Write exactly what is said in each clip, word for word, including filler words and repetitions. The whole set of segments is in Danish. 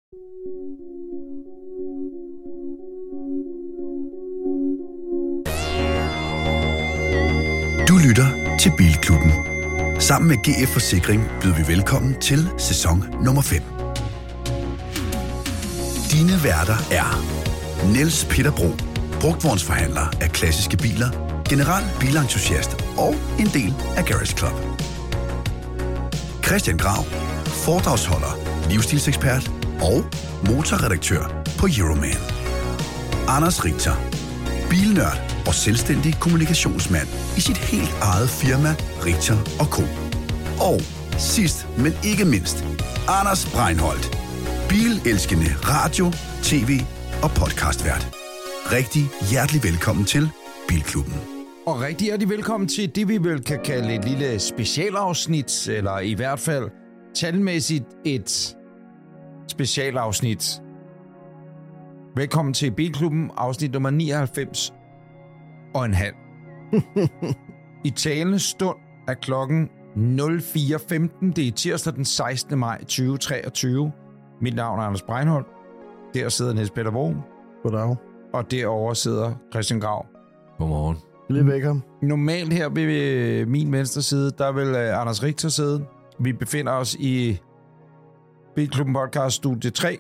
Du lytter til Bilklubben. Sammen med G F Forsikring byder vi velkommen til sæson nummer fem. Dine værter er Niels Peter Bro, brugtvognsforhandler af klassiske biler, general bilentusiast og en del af Garage Club. Christian Grav, foredragsholder, livsstilsekspert og motorredaktør på Euroman. Anders Richter, bilnørd og selvstændig kommunikationsmand i sit helt eget firma Richter og Co. Og sidst, men ikke mindst, Anders Breinholt, bilelskende radio, tv og podcastvært. Rigtig hjertelig velkommen til Bilklubben. Og rigtig hjertelig velkommen til det, vi vel kan kalde et lille specialafsnit, eller i hvert fald talmæssigt et specialafsnit. Velkommen til Bilklubben, afsnit nummer nioghalvfems og en halv. I talende stund er klokken nul fire femten. Det er tirsdag den sekstende maj tyve treogtyve. Mit navn er Anders Breinholt. Der sidder Niels Peter Bro. Goddag. Og derovre sidder Christian Grav. Godmorgen. Lidt velkommen. Normalt her ved min venstre side, der vil Anders Richter sidde. Vi befinder os i Bilklubben Podcast Studie tre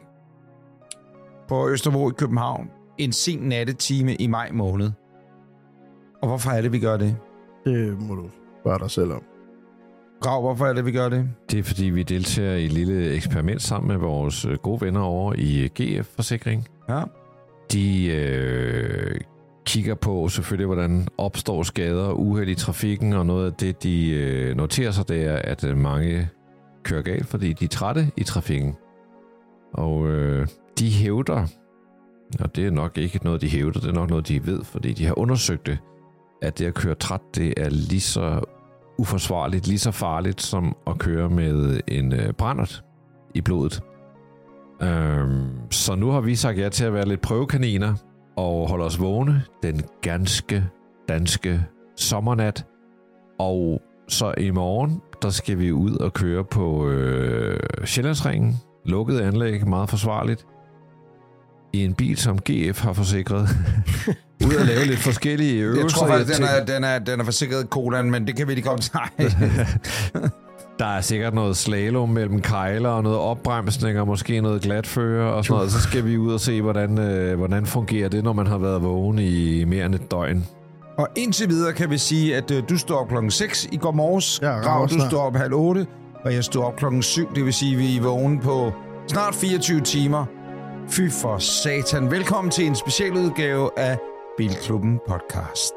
på Østervrå i København. En sen nattetime i maj måned. Og hvorfor er det, vi gør det? Det må du spørge dig selv om. Grav, hvorfor er det, vi gør det? Det er, fordi vi deltager i et lille eksperiment sammen med vores gode venner over i G F Forsikring. Ja. De øh, kigger på selvfølgelig, hvordan opstår skader og uheld i trafikken, og noget af det, de øh, noterer sig, det er, at mange kører galt, fordi de er trætte i trafikken. Og øh, de hævder, og det er nok ikke noget, de hævder, det er nok noget, de ved, fordi de har undersøgt det, at det at køre træt, det er lige så uforsvarligt, lige så farligt som at køre med en øh, brændert i blodet. Øhm, så nu har vi sagt ja til at være lidt prøvekaniner og holde os vågne den ganske danske sommernat. Og så i morgen, der skal vi ud og køre på øh, Sjællandsringen, lukket anlæg, meget forsvarligt, i en bil, som G F har forsikret. Ud at lave lidt forskellige øvelser. Jeg tror faktisk, den er, den, er, den er forsikret kolan, men det kan vi lige komme til. Der er sikkert noget slalom mellem kejler og noget opbremsning og måske noget glatføre og sådan noget. Så skal vi ud og se, hvordan, øh, hvordan fungerer det, når man har været vågen i mere end et døgn. Og indtil videre kan vi sige, at øh, du står op klokken seks i går morges. Ja, Grav, du står op halv otte, og jeg står op klokken syv. Det vil sige, at vi er vågne på snart fireogtyve timer. Fy for satan. Velkommen til en specialudgave af Bilklubben Podcast.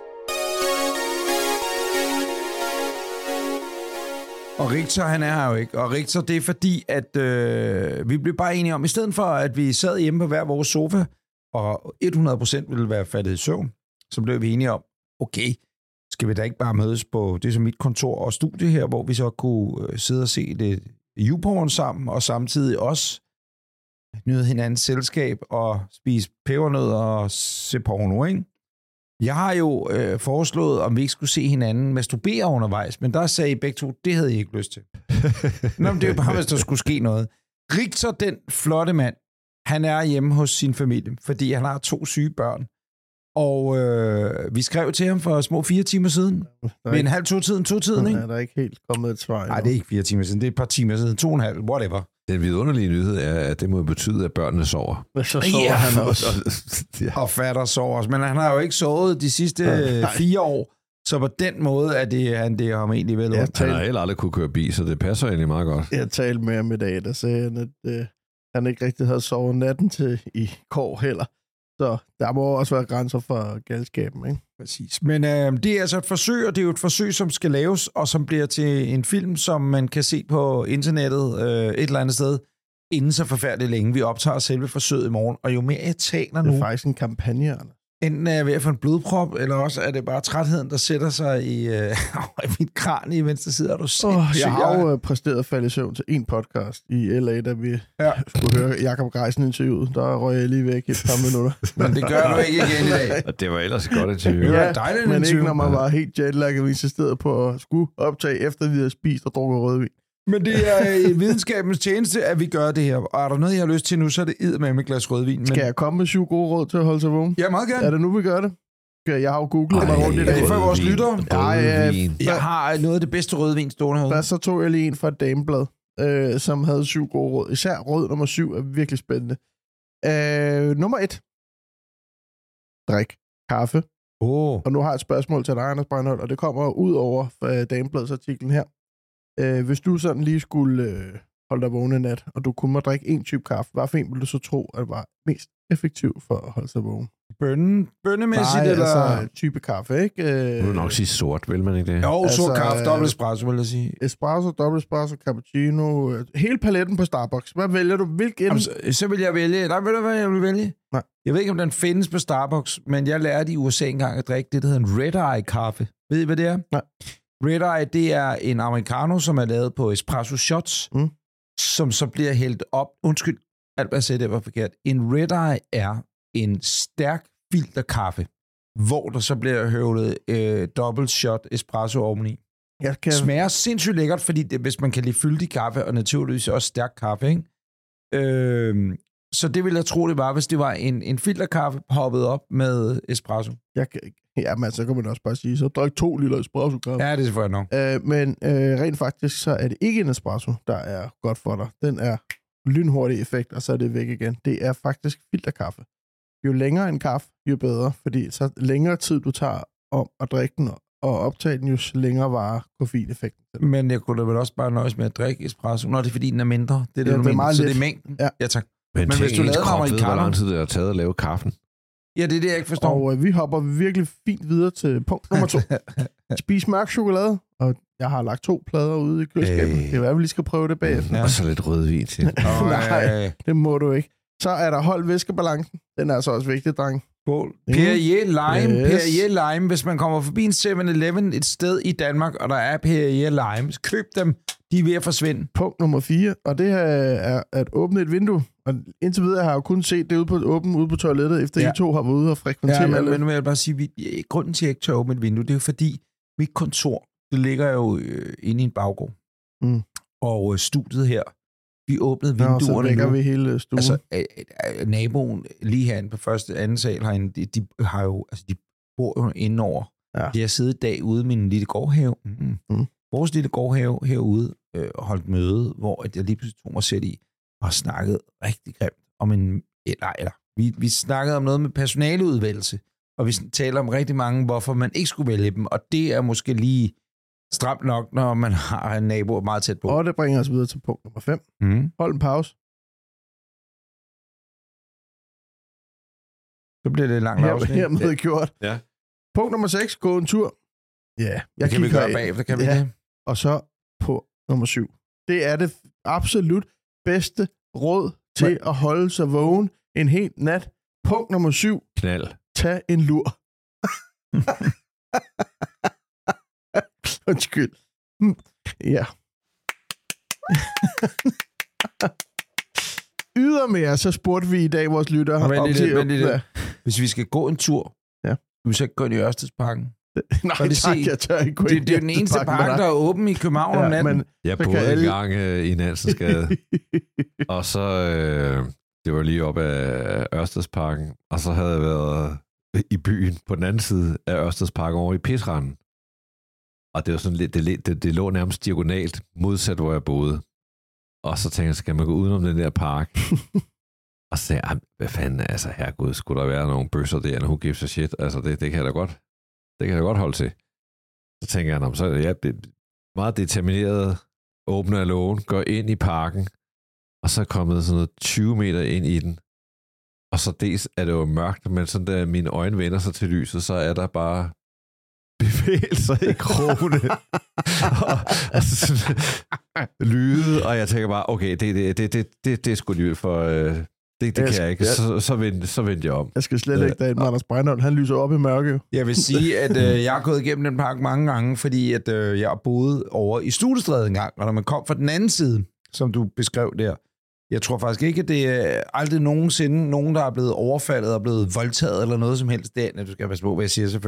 Og Richter, han er her jo ikke. Og Richter, det er fordi, at øh, vi blev bare enige om, i stedet for, at vi sad hjemme på hver vores sofa, og hundrede procent ville være faldet i søvn, så blev vi enige om, okay, skal vi da ikke bare mødes på det som mit kontor og studie her, hvor vi så kunne øh, sidde og se det YouPorn sammen, og samtidig også nyde hinandens selskab og spise pebernødder og se porno, ikke? Jeg har jo øh, foreslået, om vi ikke skulle se hinanden masturbere undervejs, men der sagde I begge to, det havde I ikke lyst til. Nå, men det er jo bare, hvis der skulle ske noget. Richter, den flotte mand, han er hjemme hos sin familie, fordi han har to syge børn. Og øh, vi skrev til ham for små fire timer siden. Ved en halv to-tiden, to-tiden, ikke? Ja, der er ikke helt kommet et svar. Nej, det er ikke fire timer siden, det er et par timer siden, to og en halv, whatever. Den vidunderlige nyhed er, at det må betyde, at børnene sover. Men så sover ja, han også. Ja. Og fatter sover også. Men han har jo ikke sovet de sidste ja, fire år. Så på den måde er det, han det ham egentlig vel. Ja, han har heller aldrig kunne køre bil, så det passer egentlig meget godt. Jeg talte med ham i dag, der sagde han, at øh, han ikke rigtig havde sovet natten til i går heller. Så der må også være grænser for galskaben, ikke? Præcis. Men øh, det er altså et forsøg, og det er jo et forsøg, som skal laves, og som bliver til en film, som man kan se på internettet øh, et eller andet sted, inden så forfærdeligt længe. Vi optager selve forsøget i morgen, og jo mere jeg taler nu... Det er faktisk en kampagne, Anders. Enten er jeg ved at få en blodprop, eller også er det bare trætheden, der sætter sig i, øh, i mit kran i venstre side. Er du sindssyg? Oh, jeg har jo præsteret at falde i søvn til en podcast i L A, da vi ja. skulle høre Jakob Greisen interviewet. Der røg jeg lige væk i et par minutter. Men det gør du ikke igen i dag. Og det var ellers et godt interview. Ja, ja dejligt men interview. Ikke når man var helt jetlagget, vi insisterede på at skulle optage, efter vi havde spist og drukket rødvin. Men det er i videnskabens tjeneste, at vi gør det her. Og er der noget, jeg har lyst til nu, så er det eddermame et glas rødvin. Men... Skal jeg komme med syv gode råd til at holde sig vågen? Ja, meget gerne. Er det nu, vi gør det? Okay, jeg har jo googlet mig rundt i Er dag. det for vores lyttere? Ja, ja, Jeg har noget af det bedste rødvin stående herude. Først så tog jeg lige en fra et dameblad, øh, som havde syv gode råd. Især råd nummer syv er virkelig spændende. Øh, nummer et. Drik kaffe. Oh. Og nu har jeg et spørgsmål til dig, Anders Breinholt, og det kommer ud over uh, Damebladets artiklen her. Uh, hvis du sådan lige skulle uh, holde dig vågen en nat, og du kun må drikke en type kaffe, hvad for en ville du så tro, at var mest effektiv for at holde sig vågen? Bønnen, bønnemæssigt, Nej, eller? altså type kaffe, ikke? Uh, Du vil nok sige sort, vil man ikke det? Jo, altså, sort kaffe, dobbelt espresso, vil jeg sige. Espresso, dobbelt espresso, cappuccino, uh, hele paletten på Starbucks. Hvad vælger du? Hvilken? Jamen, så, så vil jeg vælge... Nej, ved du, hvad jeg vil vælge? Nej. Jeg ved ikke, om den findes på Starbucks, men jeg lærte i U S A engang at drikke det, der hedder en Red Eye kaffe. Ved I, hvad det er? Nej. Red Eye, det er en americano, som er lavet på espresso shots, Mm. som så bliver hældt op. Undskyld, alt hvad jeg sagde, det var forkert. En Red Eye er en stærk filterkaffe, hvor der så bliver høvlet øh, dobbelt shot espresso oveni. Jeg kan... Det smager sindssygt lækkert, fordi det, hvis man kan lide fyldig kaffe, og naturligvis også stærk kaffe, ikke? Øh, så det ville jeg tro, det var, hvis det var en, en filterkaffe hoppet op med espresso. Jeg kan... Ja, men så kan man også bare sige, så drik to liter espresso-kaffe. Ja, det er selvfølgelig nok. Øh, men øh, rent faktisk, så er det ikke en espresso, der er godt for dig. Den er lynhurtig effekt, og så er det væk igen. Det er faktisk filterkaffe. Jo længere en kaffe, jo bedre, fordi så længere tid du tager om at drikke den og optage den, jo længere varer koffeineffekten. Men jeg kunne da vel også bare nøjes med at drikke espresso. Nå, det er fordi, den er mindre. Det er det, Ja, du det er mener. meget Så lidt. det er mængden. Ja. Ja, tak. Men, Men tænk, hvis du ens lavede krop ved, hvor americano- lang tid det har taget at lave kaffen. Ja, det er det, jeg ikke forstår. Og øh, vi hopper virkelig fint videre til punkt nummer to. Spis mørk chokolade, og jeg har lagt to plader ude i køleskabet. Øh. Det er hvad vi lige skal prøve det bagefter. Ja. Og så lidt rødvin til. Og, Nej. øh, Det må du ikke. Så er der hold væskebalancen. Den er altså også vigtig, dreng. Skål. Perrier Lime, Yes. Perrier Lime. Hvis man kommer forbi en seven eleven et sted i Danmark, og der er Perrier Lime, køb dem. De er ved at forsvinde. Punkt nummer fire, og det er at åbne et vindue. Og indtil videre har jeg jo kun set det ude på, åben ude på toilettet, efter Ja. I to har været ude og frekventere. Ja, men, alle. men nu vil jeg bare sige, vi, grunden til, at jeg ikke tør åbne et vindue, det er jo fordi, mit kontor, det ligger jo øh, inde i en baggård. Mm. Og øh, studiet her, vi åbnede Nå, så vinduerne vækker nu. vi hele stuen. Altså, øh, øh, naboen lige herinde på første anden sal herinde, de, de har jo, altså, de bor jo indenover. Ja. De har siddet i dag ude i min lille gårdhave. Mm. Mm. Vores lille gårdhave herude øh, holdt møde, hvor jeg lige pludselig tog mig selv i og snakkede rigtig grimt om en... Eller, eller vi, vi snakkede om noget med personaleudvælgelse, og vi taler om rigtig mange, hvorfor man ikke skulle vælge dem, og det er måske lige stramt nok, når man har en nabo meget tæt på. Og det bringer os videre til punkt nummer fem. Mm. Hold en pause. Så bliver det et langt Her, afsnit. hermed ja. gjort. Ja. Punkt nummer seks. Gå en tur. Ja, jeg Det kan vi kigger gøre ind. bagefter, kan vi Ja. det? Og så på nummer syv. Det er det absolut bedste råd til Men- at holde sig vågen en hel nat. Punkt nummer syv. Knald. Tag en lur. Undskyld. Hm. Ja. Ydermere, så spurgte vi i dag vores lyttere. Og vent om lige til- lidt, vent lige lidt. Ja. Hvis vi skal gå en tur, Ja. vi så ikke gå ind i Ørstedsparken. Nej, Og det tak, se- jeg tør ikke gå Det, ind det er jo i den eneste Ørstedsparken med park, dig. der er åben i København om Ja, natten. men Jeg Så kan boede alle- en gang øh, i Nansensgade, og så, øh, det var lige op af Ørstedsparken, og så havde jeg været i byen på den anden side af Ørstedsparken over i Pisranden. Og det var sådan lidt, det, det, det lå nærmest diagonalt modsat, hvor jeg boede. Og så tænkte jeg, skal man gå udenom den der park? Og så sagde jeg, hvad fanden, altså herregud, skulle der være nogle bøsser der, who gives a shit? Altså det, det kan jeg da godt, det kan jeg da godt holde til. Så tænker jeg, så er jeg meget determineret, åbner lågen, går ind i parken, og så er kommet sådan noget tyve meter ind i den. Og så dels er det jo mørkt, men sådan da mine øjne vender sig til lyset, så er der bare bevægelser i krogene. og, og sådan, lyde, og jeg tænker bare, okay, det, det, det, det, det, det er sgu alligevel for... Øh, det, det Jeg kan jeg ikke. skal- Så, så, vendte, så vendte jeg om. Jeg skal slet ikke derind med Anders Breinholt. Han lyser op i mørke. Jeg vil sige, at øh, jeg har gået igennem den park mange gange, fordi at, øh, jeg har boet over i Studiestræde en gang, og når man kom fra den anden side, som du beskrev der, jeg tror faktisk ikke, at det er aldrig nogensinde nogen, der er blevet overfaldet og blevet voldtaget eller noget som helst derinde. Du skal passe på, hvad jeg siger selvfølgelig.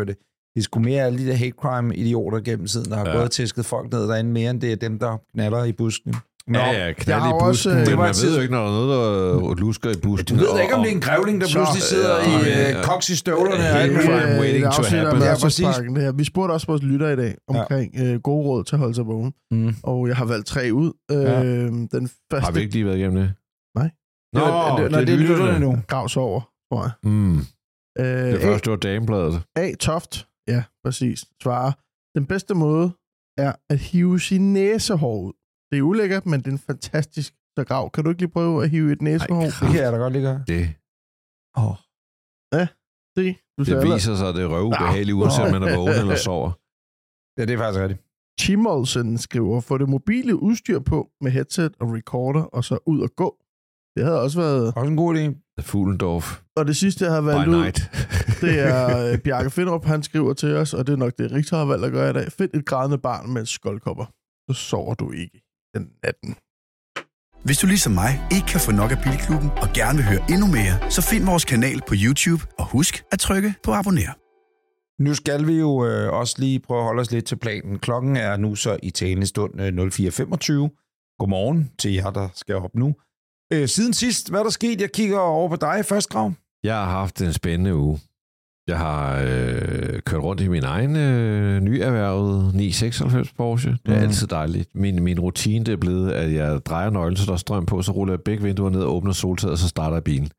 Det er sgu mere alle de der hate crime-idioter gennem tiden, der har ja. gået og tæsket folk ned derinde, mere end det er dem, der knaller i busken. Nå, ja, ja, knald i busken, også, men man ved jo ikke, når der er noget, der lusker i busken. Du ved da ikke, om det er en grævling, der så, pludselig sidder ja, i ja, ja. koks i støvlerne. Ja, hate crime waiting to happen. Ja, præcis. Det her. Vi spurgte også vores lytter i dag omkring ja. øh, gode råd til at holde sig vågen. Mm. Og jeg har valgt tre ud. Øh, ja. Den første... Har vi ikke lige været igennem det? Nej. Nå, det, det, det, det er lytterne nu. Gravs over, tror jeg. Mm. Øh, det første var damebladet. A. Toft. Ja, præcis. Svarer. Den bedste måde er at hive sin næsehår ud. Det er ulækkert, men det er en fantastisk grav. Kan du ikke lige prøve at hive et næsehår? Det kan jeg da godt lige gøre. Det. Oh. Ja, det. Du det viser sig, at det er røvubehageligt, uanset om man er vågen eller sover. Ja, det er faktisk rigtigt. Chimolsen skriver, få det mobile udstyr på med headset og recorder, og så ud og gå. Det havde også været... Også en god idé. Fuglendorf. Og det sidste, jeg har valgt ud, det er Bjarke Finderup, han skriver til os, og det er nok det, Richter har valgt at gøre i dag. Find et grædende barn med skoldkopper. Så sover du ikke den natten. Hvis du ligesom mig ikke kan få nok af Bilklubben og gerne vil høre endnu mere, så find vores kanal på YouTube og husk at trykke på abonner. Nu skal vi jo øh, også lige prøve at holde os lidt til planen. Klokken er nu så i talende stund øh, nul fire femogtyve. Godmorgen til jer, der skal op nu. Øh, siden sidst, hvad er der sket? Jeg kigger over på dig først, Grav. Jeg har haft en spændende uge. Jeg har øh, kørt rundt i min egen øh, nyerhvervede ni seksoghalvfems Porsche. Det er mm. altid dejligt. Min, min rutine det er blevet, at jeg drejer nøglen, så der er strøm på, så ruller jeg begge vinduer ned, åbner soltaget, og så starter jeg bilen.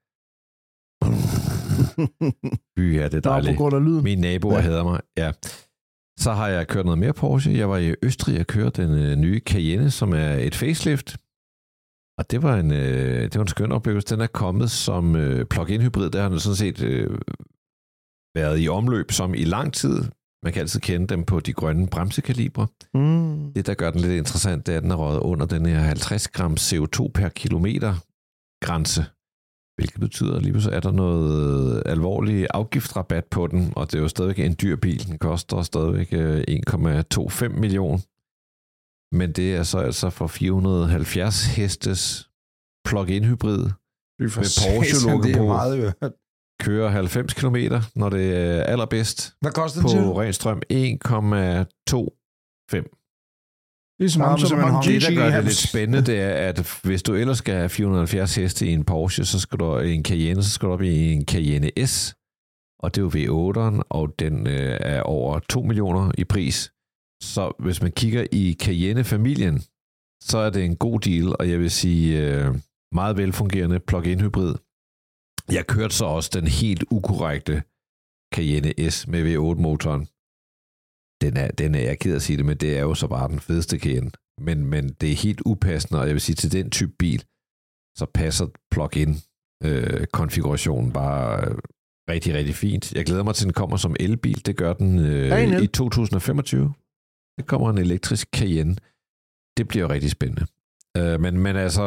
Fy, ja, det er dejligt. På grund af lyden. Mine naboer ja. hader mig. Ja. Så har jeg kørt noget mere Porsche. Jeg var i Østrig og kørte den øh, nye Cayenne, som er et facelift. Og det var en, øh, det var en skøn oplevelse. Den er kommet som øh, plug-in hybrid. Der har den sådan set øh, været i omløb som i lang tid. Man kan altid kende dem på de grønne bremsekalibre. Mm. Det, der gør den lidt interessant, det er, at den er røget under den her halvtreds gram C O to per kilometer grænse. Hvilket betyder, at lige pludselig er der noget alvorlig afgiftsrabat på den, og det er jo stadigvæk en dyr bil. Den koster stadigvæk en komma tooghalvfems millioner. Men det er så altså for fire hundrede og halvfjerds hestes plug-in hybrid med Porsche-logo på. Meget, kører halvfems kilometer, når det er allerbedst. Hvad koster den til? På ren strøm en komma tooghalvfems. Det er så meget, som man det, der gør det lidt spændende, det er, at hvis du ellers skal have fire hundrede og halvfjerds heste i en Porsche, så skal du i en Cayenne, så skal du op i en Cayenne S, og det er jo V otteren, og den øh, er over to millioner i pris. Så hvis man kigger i Cayenne-familien, så er det en god deal, og jeg vil sige øh, meget velfungerende plug-in hybrid. Jeg kørte så også den helt ukorrekte Cayenne S med V otte-motoren. Den er, den er, jeg er ked at sige det, men det er jo så bare den fedeste Cayenne. Men, men det er helt upassende, og jeg vil sige, til den type bil, så passer plug-in øh, konfigurationen bare øh, rigtig, rigtig fint. Jeg glæder mig til, at den kommer som elbil. Det gør den øh, i to tusind og femogtyve. Det kommer en elektrisk Cayenne. Det bliver jo rigtig spændende. Øh, men, men altså,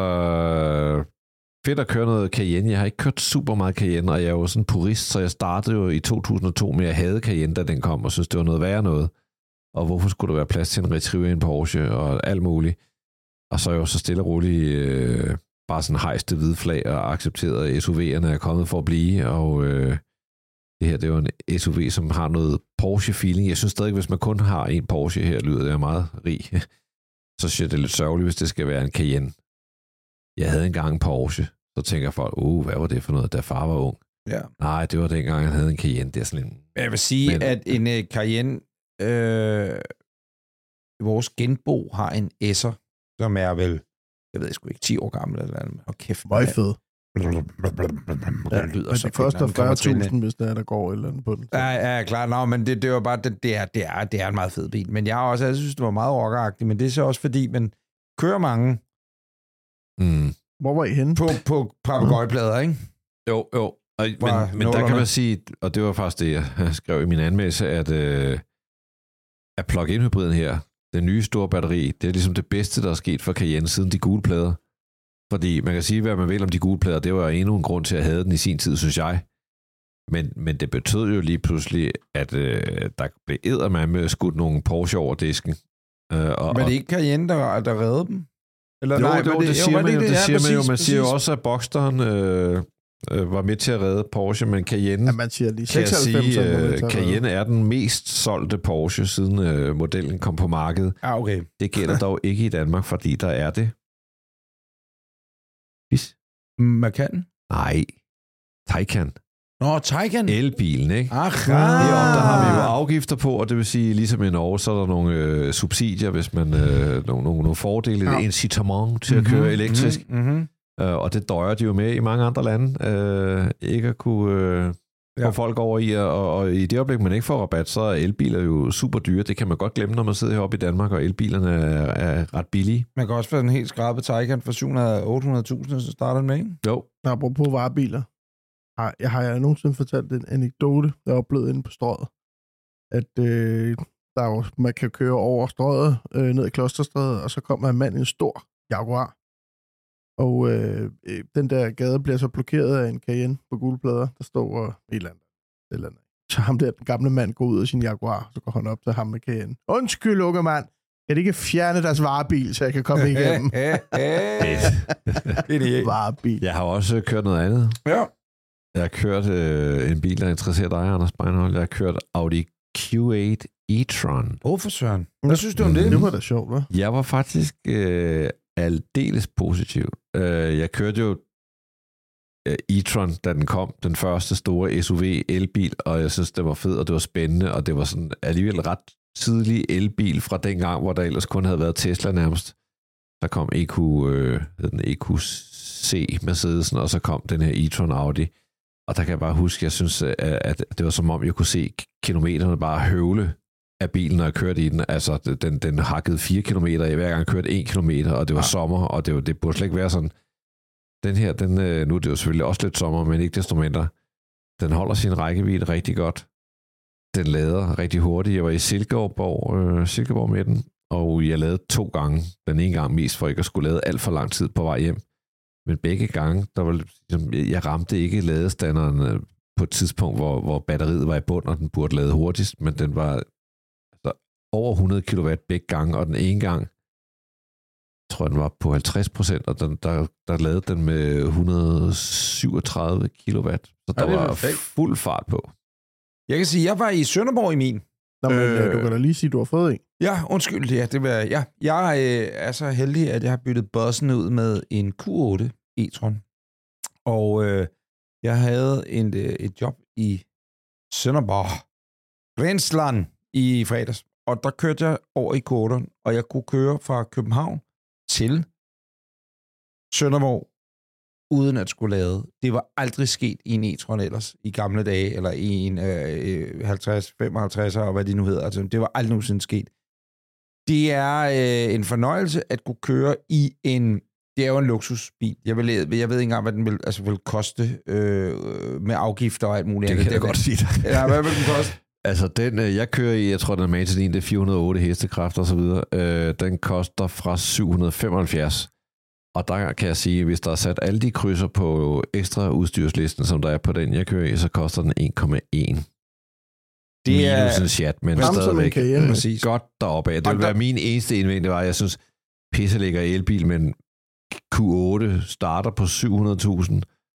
fedt at køre noget Cayenne. Jeg har ikke kørt super meget Cayenne, og jeg er jo sådan en purist, så jeg startede jo i to tusind og to med at have Cayenne, da den kom, og synes, det var noget værre noget. Og hvorfor skulle der være plads til en Retriever i en Porsche, og alt muligt. Og så er jeg jo så stille og roligt øh, bare sådan hejste hvide flag, og accepteret, at S U V'erne er kommet for at blive, og øh, det her, det er jo en S U V, som har noget Porsche-feeling. Jeg synes stadig, hvis man kun har en Porsche her, lyder det meget rig, så synes jeg, det er lidt sørgeligt, hvis det skal være en Cayenne. Jeg havde engang en Porsche, så tænker folk, uh, hvad var det for noget, da far var ung? Ja. Nej, det var dengang, han havde en Cayenne. Det er sådan en... Jeg vil sige, men... at en uh, Cayenne, øh, vores genbo har en S'er, som er vel, jeg ved sgu ikke, ti år gammel eller andet. Og kæft, meget fed. Ja, det lyder men det koster fyrre tusind, hvis der, der går et eller andet på den. Ja, ja, klart. Nå, men det, det var bare, det, det, er, det, er, det er en meget fed bil. Men jeg har også, jeg synes, det var meget rockeragtigt, men det er så også fordi, man kører mange. Mm. Hvor var I henne? På, på papegøjeplader, ikke? Jo, jo. Og, men, men der kan man sige, og det var faktisk det, jeg skrev i min anmeldelse, at, øh, at plug-in hybriden her, den nye store batteri, det er ligesom det bedste, der er sket for Cayenne siden de gule plader. Fordi man kan sige, hvad man vil om de gule plader, det var endnu en grund til at have den i sin tid, synes jeg. Men, men det betød jo lige pludselig, at øh, der blev eddermame skudt nogle Porsche over disken. Øh, og, men det er ikke Cayenne, der, der redde dem? Eller, jo, nej, det, det, det siger jo, man jo, det, det siger ja, man jo. Man præcis. Siger jo også, at Boxsteren, øh, øh, var med til at redde Porsche, men Cayenne, Ja, man siger lige kan jeg seksoghalvfems. sige, øh, Cayenne er den mest solgte Porsche, siden øh, modellen kom på markedet. Ah, okay. Det gælder dog ikke i Danmark, fordi der er det. Bis? Macan? Nej, Taycan. Nå, Taycan. Elbilen, ikke? Ach, Heroppe, der har vi jo afgifter på, og det vil sige, ligesom i Norge, så er der nogle øh, subsidier, hvis man øh, nogle, nogle, nogle fordele, ja. incitament til at køre mm-hmm, elektrisk. Mm-hmm. Øh, og det døjer de jo med i mange andre lande. Øh, ikke at kunne øh, Ja. få folk over i, og, og i det øjeblik, man ikke får rabat, så er elbiler jo super dyre. Det kan man godt glemme, når man sidder heroppe i Danmark, og elbilerne er, er ret billige. Man kan også få en helt skrabet Taycan for syv hundrede til otte hundrede tusind, så starter den med, ikke? Jo. Apropos varebiler. Har jeg har jeg nogensinde fortalt en anekdote, jeg oplevede inde på strøget. At øh, der er jo, man kan køre over strøget, øh, ned i Klosterstræde, og så kommer en mand i en stor Jaguar. Og øh, øh, den der gade bliver så blokeret af en Cayenne på gule plader, der står et eller andet. Et eller andet. Så ham der, den gamle mand, går ud af sin Jaguar, så går han op til ham med Cayenne. Undskyld, unge mand. Kan de ikke fjerne deres varebil, så jeg kan komme igennem? Varebil. Jeg har også kørt noget andet. Ja. Jeg har kørt øh, en bil, der interesserer dig, Anders Beinholt. Jeg har kørt Audi Q otte e-tron. Åh, oh, for søren. Hvad synes du om det? Det var da sjovt, hva'? Jeg var faktisk øh, aldeles positiv. Øh, jeg kørte jo øh, e-tron, da den kom, den første store S U V elbil, og jeg synes, det var fedt, og det var spændende, og det var sådan alligevel ret tidlig elbil fra dengang, hvor der ellers kun havde været Tesla nærmest. Der kom E Q, øh, den E Q C Mercedesen, og så kom den her e-tron Audi. Og der kan jeg bare huske, jeg synes, at det var som om, jeg kunne se kilometerne bare høvle af bilen, når jeg kørte i den. Altså, den, den hakkede fire kilometer, jeg hver gang kørte en kilometer, og det var ja. sommer, og det, var, det burde slet ikke være sådan. Den her, den, nu er det jo selvfølgelig også lidt sommer, men ikke desto mindre. Den holder sin rækkevidde rigtig godt. Den lader rigtig hurtigt. Jeg var i Silkeborg, øh, Silkeborg med den, og jeg lavede to gange. Den ene gang mest, for ikke at skulle lade alt for lang tid på vej hjem. Men begge gange, der var, jeg ramte ikke ladestanderen på et tidspunkt, hvor, hvor batteriet var i bund, og den burde lade hurtigst, men den var altså, over hundrede kilowatt begge gange, og den ene gang, jeg tror, den var på halvtreds procent, og den, der, der lavede den med et hundrede og syvogtredive kilowatt, så der ja, var perfekt. Fuld fart på. Jeg kan sige, jeg var i Sønderborg i min. Nå, men øh, du kan da lige sige, du har fået en. Ja, undskyld, ja, det var, ja. Jeg øh, er så heldig, at jeg har byttet bussen ud med en Q otte e-tron. Og øh, jeg havde en, øh, et job i Sønderborg, Rensland i fredags. Og der kørte jeg over i Q otte, og jeg kunne køre fra København til Sønderborg, uden at skulle lade. Det var aldrig sket i en e-tron ellers, i gamle dage, eller i en øh, halvtreds, femoghalvtreds og hvad de nu hedder. Altså, det var aldrig nogensinde sket. Det er øh, en fornøjelse at kunne køre i en, det er jo en luksusbil. Jeg, vil, jeg ved ikke engang, hvad den vil, altså vil koste øh, med afgifter og alt muligt. Det kan jeg godt sige dig. Ja, hvad vil den koste? Altså, den, jeg kører i, jeg tror, den er med til din, det er fire hundrede og otte hestekræfter og så videre. Øh, den koster fra syv hundrede og femoghalvfjerds. Og der kan jeg sige, hvis der er sat alle de krydser på ekstra udstyrslisten, som der er på den, jeg kører i, så koster den en komma en. Det er minus en chat, men stadigvæk Cayenne, godt deroppe af. Det vil være min eneste indvending, det var, jeg synes, pisse ligger elbil, men Q otte starter på syv hundrede tusind,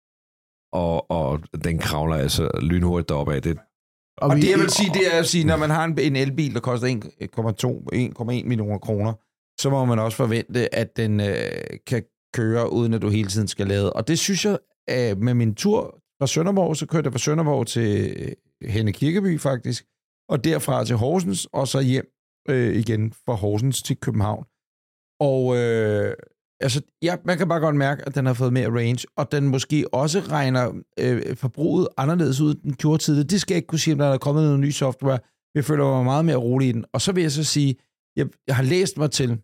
og, og den kravler altså lynhurtigt deroppe af. Det, og, og det jeg vil sige, det er at sige, når man har en, en elbil, der koster en komma to, en komma en millioner kroner, så må man også forvente, at den øh, kan køre, uden at du hele tiden skal lade. Og det synes jeg, øh, med min tur fra Sønderborg, så kørte jeg fra Sønderborg til øh, Henne Kirkeby faktisk, og derfra til Horsens, og så hjem øh, igen fra Horsens til København. Og øh, altså, ja, man kan bare godt mærke, at den har fået mere range, og den måske også regner øh, forbruget anderledes ud, den gjorde tidligere. Det skal jeg ikke kunne sige, om der er kommet noget ny software. Jeg føler mig meget mere rolig i den. Og så vil jeg så sige, jeg, jeg har læst mig til,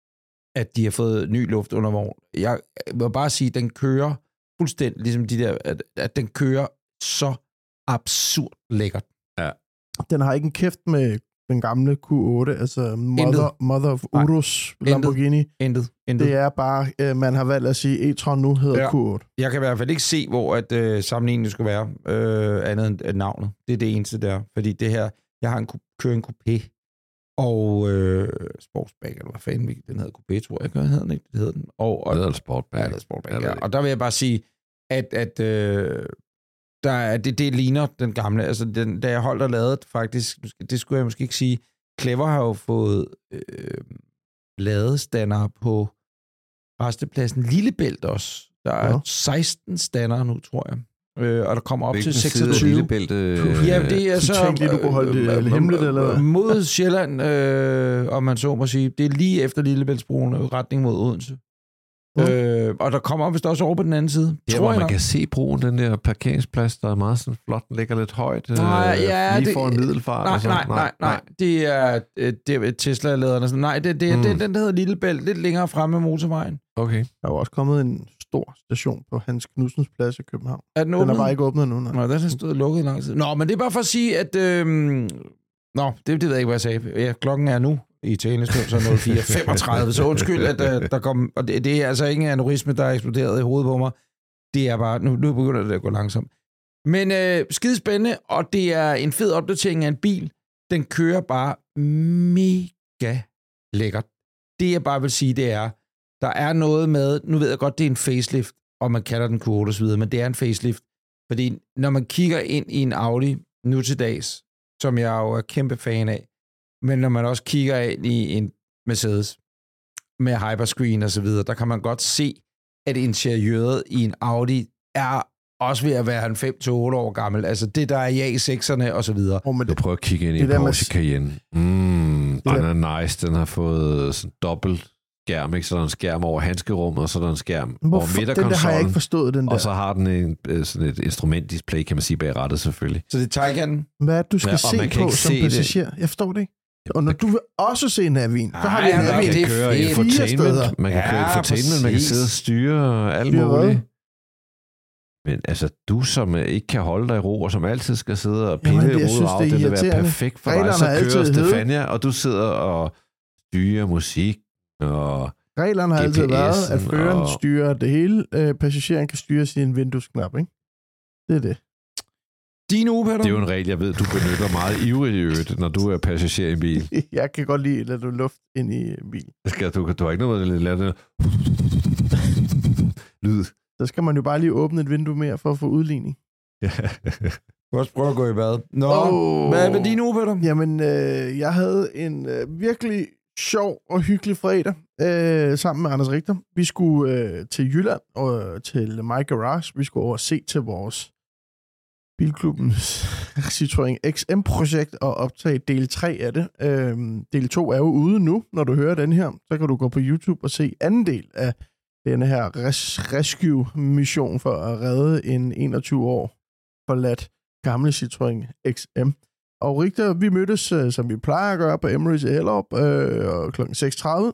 at de har fået ny luft under vogn. Jeg vil bare sige, at den kører fuldstændig, ligesom de der, at, at den kører så absurd lækkert. Ja. Den har ikke en kæft med den gamle Q otte, altså Mother, mother of Urus Lamborghini. Intet. Intet. Det er bare, øh, man har valgt at sige, e-tron nu hedder ja. Q otte. Jeg kan i hvert fald ikke se, hvor at, øh, sammenligningen skulle være øh, andet end øh, navnet. Det er det eneste der. Fordi det her, jeg har en, kører en coupé, og øh, Sportsback, eller hvad fanden den hedder, coupé, tror jeg, jeg hedder den ikke, det hedder den. Og, og, det hedder Sportback. Ja, det hedder Sportback, ja. Og der vil jeg bare sige, at, at øh, der er, det, det ligner den gamle. Altså, den, da jeg holdt og lavede faktisk, det skulle jeg måske ikke sige, Clever har jo fået øh, ladestander på rastepladsen Lillebælt også. Der er ja. seksten stander nu, tror jeg. Øh, og der kommer op Hvilken til seksogtyve. Lillebælt, øh, ja, det er du så... tænkte lige, du kunne holde det øh, hemmeligt, eller? Mod Sjælland, øh, om man så må sige. Det er lige efter Lillebæltsbroen, øh, retning mod Odense. Mm. Øh, og der kommer vist også over på den anden side. Ja, hvor man nok. Kan se broen, den der parkeringsplads, der er meget sådan flot, den ligger lidt højt. Nej, øh, ja, lige det, foran Middelfart. Nej, og nej, nej, nej. Det er, det er Tesla-laderne. Sådan. Nej, det, det, mm. det er den, der hedder Lillebælt, lidt længere fremme af motorvejen. Okay. Der er jo også kommet en stor station på Hans Knudsens Plads i København. Er den, den er bare ikke åbnet nu. Nej, Nå, den har stået lukket i lang tid. Nå, men det er bare for at sige, at... Øh, nå, det, det ved jeg ikke, hvad jeg sagde. Ja, klokken er nu i talestund, så nul fire femogtredive. Så undskyld, at der, der kom... Og det, det er altså ikke en aneurisme, der er eksploderet i hovedet på mig. Det er bare... Nu, nu begynder det at gå langsomt. Men øh, skide spændende, og det er en fed opdatering af en bil. Den kører bare mega lækkert. Det jeg bare vil sige, det er, der er noget med... Nu ved jeg godt, det er en facelift, og man kalder den Q otte og så videre, men det er en facelift. Fordi når man kigger ind i en Audi nu til dags, som jeg jo er kæmpe fan af, men når man også kigger ind i en Mercedes med hyperscreen og så videre, der kan man godt se, at interiøret i en Audi er også ved at være en fem til otte år gammel. Altså det, der er i A sekserne og så videre. Oh, men det, du prøver at kigge ind i en Porsche Cayenne. Mm, den er nice. Den har fået sådan dobbelt skærm, ikke? Så der er en skærm over handskerummet, og så er der en skærm Hvorfor? over midterkonsollen. Den der har jeg ikke forstået, den der. Og så har den en, sådan et instrumentdisplay, kan man sige, bag rattet selvfølgelig. Så det er Taycan? Hvad er det, du skal ja, se på som passager? Det. Jeg forstår det ikke. Og når du vil også se Navin, så har vi ja, Navin. Man kan køre infotainment, man kan køre ja, infotainment, man kan sidde og styre alt muligt. Men altså, du som ikke kan holde dig i ro, og som altid skal sidde og pille i rodet af, det vil være perfekt for dig. Så kører Stefania, og du sidder og styrer musik og reglerne har G P S'en altid været, at føreren og... styrer det hele. Øh, passageren kan styre sin vinduesknap, ikke? Det er det. Din uge, Peter? Det er jo en regel, jeg ved, du benytter meget ivrigt i øvrigt, når du er passager i en bil. Jeg kan godt lide at lade du luft ind i bilen. Skal, du, du har ikke noget med at lade det lyd. Så skal man jo bare lige åbne et vindue mere for at få udligning. Ja. Du også prøve at gå i bad. Nå, oh. Hvad er med din uge, Peter? Jamen, øh, jeg havde en øh, virkelig sjov og hyggelig fredag øh, sammen med Anders Richter. Vi skulle øh, til Jylland og øh, til My Garage. Vi skulle over og se til vores bilklubbens Citroën X M-projekt og optage del tre af det. Øh, del to er jo ude nu, når du hører den her. Så kan du gå på YouTube og se anden del af denne her res- rescue-mission for at redde en enogtyve år forladt gamle Citroën X M. Og Richter, vi mødtes, øh, som vi plejer at gøre, på Emirates i Hellerup øh, klokken seks tredive.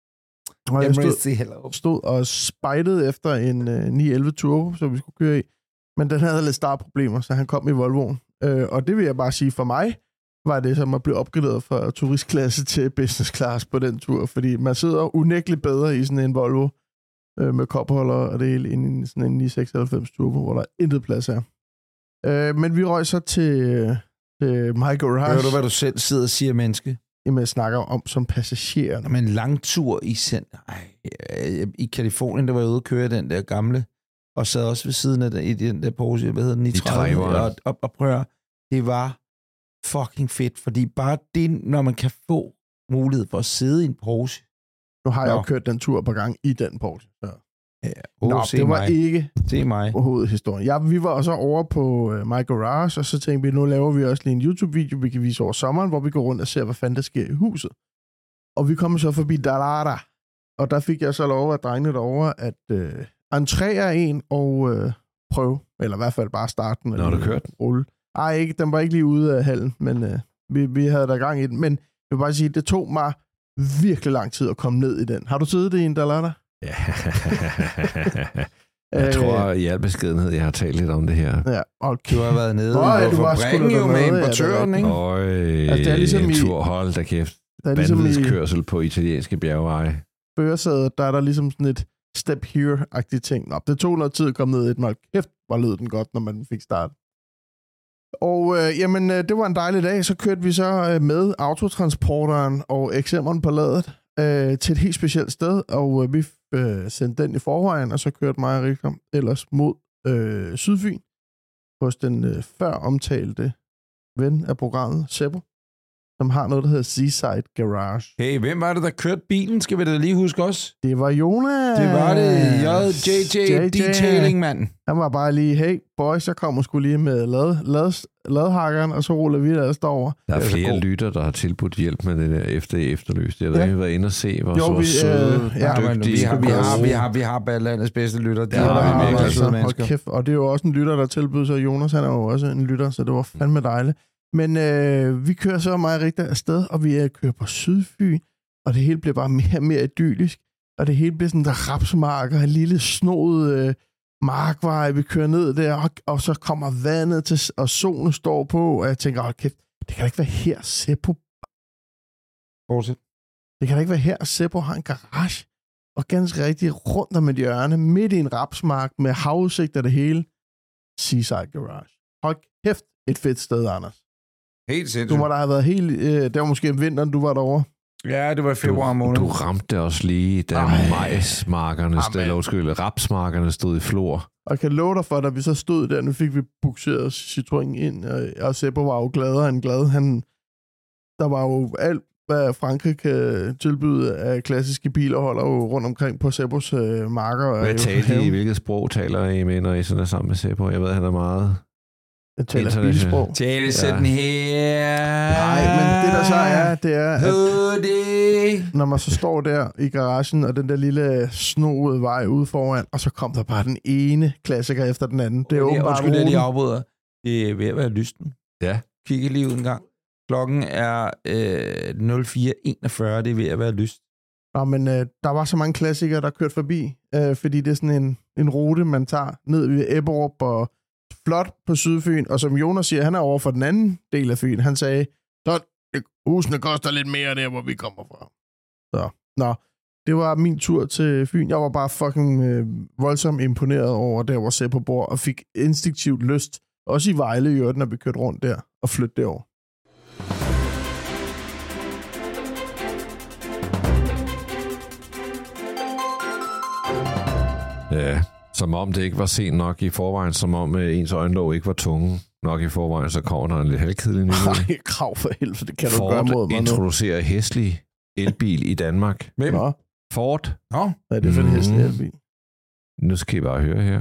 Og jeg stod, stod og spejdede efter en øh, ni elleve Turbo, som vi skulle køre i. Men den havde lidt startproblemer, så han kom i Volvoen. Øh, og det vil jeg bare sige, for mig var det som at blive opgraderet fra turistklasse til business class på den tur. Fordi man sidder unægteligt bedre i sådan en Volvo øh, med kopholder og det hele, end i sådan en ni seksoghalvfems Turbo, hvor der intet plads er. Øh, men vi røg så til... My Garage. Hører du, hvad du selv sidder og siger, menneske? Jamen, jeg snakker om som passager. Men en lang tur i, send... Ej, i Kalifornien, der var jeg ude at køre den der gamle, og sad også ved siden af den, i den der Porsche, hvad hedder den, i tredive, og, og, og prøver. Det var fucking fedt, fordi bare det, når man kan få mulighed for at sidde i en Porsche. Nu har jeg Nå. jo kørt den tur på gang i den Porsche. Så. Ja. Oh, Nå, det var mig. ikke se mig. hovedhistorien. Ja, vi var også over på uh, My Garage, og så tænkte vi, nu laver vi også lige en YouTube-video, vi kan vise over sommeren, hvor vi går rundt og ser, hvad fanden der sker i huset. Og vi kom så forbi Dallara, og der fik jeg så lov at drenge derovre, at uh, entréer en og uh, prøve, eller i hvert fald bare starte den. Når du kørte? Rulle. Ej, ikke, den var ikke lige ude af hallen, men uh, vi, vi havde der gang i den. Men jeg vil bare sige, det tog mig virkelig lang tid at komme ned i den. Har du siddet i en Dallara? Ja. Jeg tror i al beskedenhed, jeg har talt lidt om det her. Ja, okay. Du har været nede Nå, ja, på fabrikken jo med importøren, ikke? Øj, altså, det er ligesom en tur, hold da kæft. Vanvidskørsel ligesom på italienske bjergveje. Førersædet, der er der ligesom sådan et step here-agtigt ting. Nå, det tog noget tid at komme ned i et mål. Kæft, hvor lød den godt, når man fik start. Og øh, jamen, det var en dejlig dag. Så kørte vi så øh, med autotransporteren og X M'eren på ladet øh, til et helt specielt sted, og øh, vi øh, sendte den i forvejen, og så kørte mig og Richter ellers mod øh, Sydfyn, hos den øh, før omtalte ven af programmet, Seppo, som har noget, der hedder Seaside Garage. Hey, hvem var det, der kørte bilen? Skal vi da lige huske os? Det var Jonas. Det var det. J J Detailing, mand. Han var bare lige, hey boys, jeg kommer sgu lige med lad, lad, ladhakkeren, og så ruller vi ellers derover. Der er, er flere lytter, der har tilbudt hjælp med det der efter efterløst. Jeg har ja. været inde og se, hvor jo, så søde, øh, ja, dygtige. Vi har, vi har, vi har, vi har bare landets bedste lytter. De ja, har, har, har, har, har, kæft. Og det er jo også en lytter, der tilbyder sig. Jonas, han er jo også en lytter, så det var fandme dejligt. Men øh, vi kører så meget rigtigt afsted, og vi er kører på Sydfyn, og det hele bliver bare mere og mere idyllisk. Og det hele bliver sådan der rapsmarker, en lille snoet øh, markvej, vi kører ned der, og, og så kommer vandet til, og solen står på, og jeg tænker, åh kæft, det kan da ikke være her, Seppo. Fortsæt. Det kan da ikke være her, Seppo har en garage, og ganske rigtigt rundt om et hjørne, midt i en rapsmark, med havudsigt af det hele. Seaside Garage. Hold kæft, et fedt sted, Anders. Helt sindssygt. Du må da have været helt... Øh, det var måske om vinteren, du var derovre. Ja, det var i februar måned. Du, du ramte os lige, da Ej. majsmarkerne, eller undskyld, rapsmarkerne stod i flor. Og jeg kan love dig for, da vi så stod der, nu fik vi bukseret Citroën ind, og, og Seppo var jo gladere end glad. Han, der var jo alt, hvad Frankrig kan tilbyde af klassiske biler, holder jo rundt omkring på Seppos øh, marker. Hvad taler I? Hvilket sprog taler I med, når I sådan er sammen med Seppo? Jeg ved, han er meget... Jeg taler bilsprog. Tale sådan ja. her. Nej, men det der så er, det er, at Hoodie. Når man så står der i garagen, og den der lille snoede vej ude foran, og så kom der bare den ene klassiker efter den anden. Det er åbenbart Undskyld, jeg lige afbryder. Det er ved at være lysten. Ja. Kigge lige ud en gang. Klokken er øh, nul fire enogfyrre. Det er ved at være lyst. Nå, men øh, der var så mange klassikere, der kørte forbi, øh, fordi det er sådan en, en rute, man tager ned ved Ebberup og flot på Sydfyn, og som Jonas siger, han er over for den anden del af Fyn. Han sagde, så husene koster lidt mere der, hvor vi kommer fra. Så, nå, det var min tur til Fyn. Jeg var bare fucking øh, voldsomt imponeret over der, hvor Seppo bor, og fik instinktivt lyst, også i Vejle i øvrigt, når vi kørte rundt der, og flytte derover. Ja, som om det ikke var sent nok i forvejen, som om ens øjenlåg ikke var tunge nok i forvejen, så kommer der en lidt halvkedelig nyhed. Nej, krav for helvede, det kan Ford du gøre mod mig nu. introducerer hæslig elbil i Danmark. Hvem? Nå. Ford. Nå. Hvad er det for en hæslig elbil? Nu skal I bare høre her.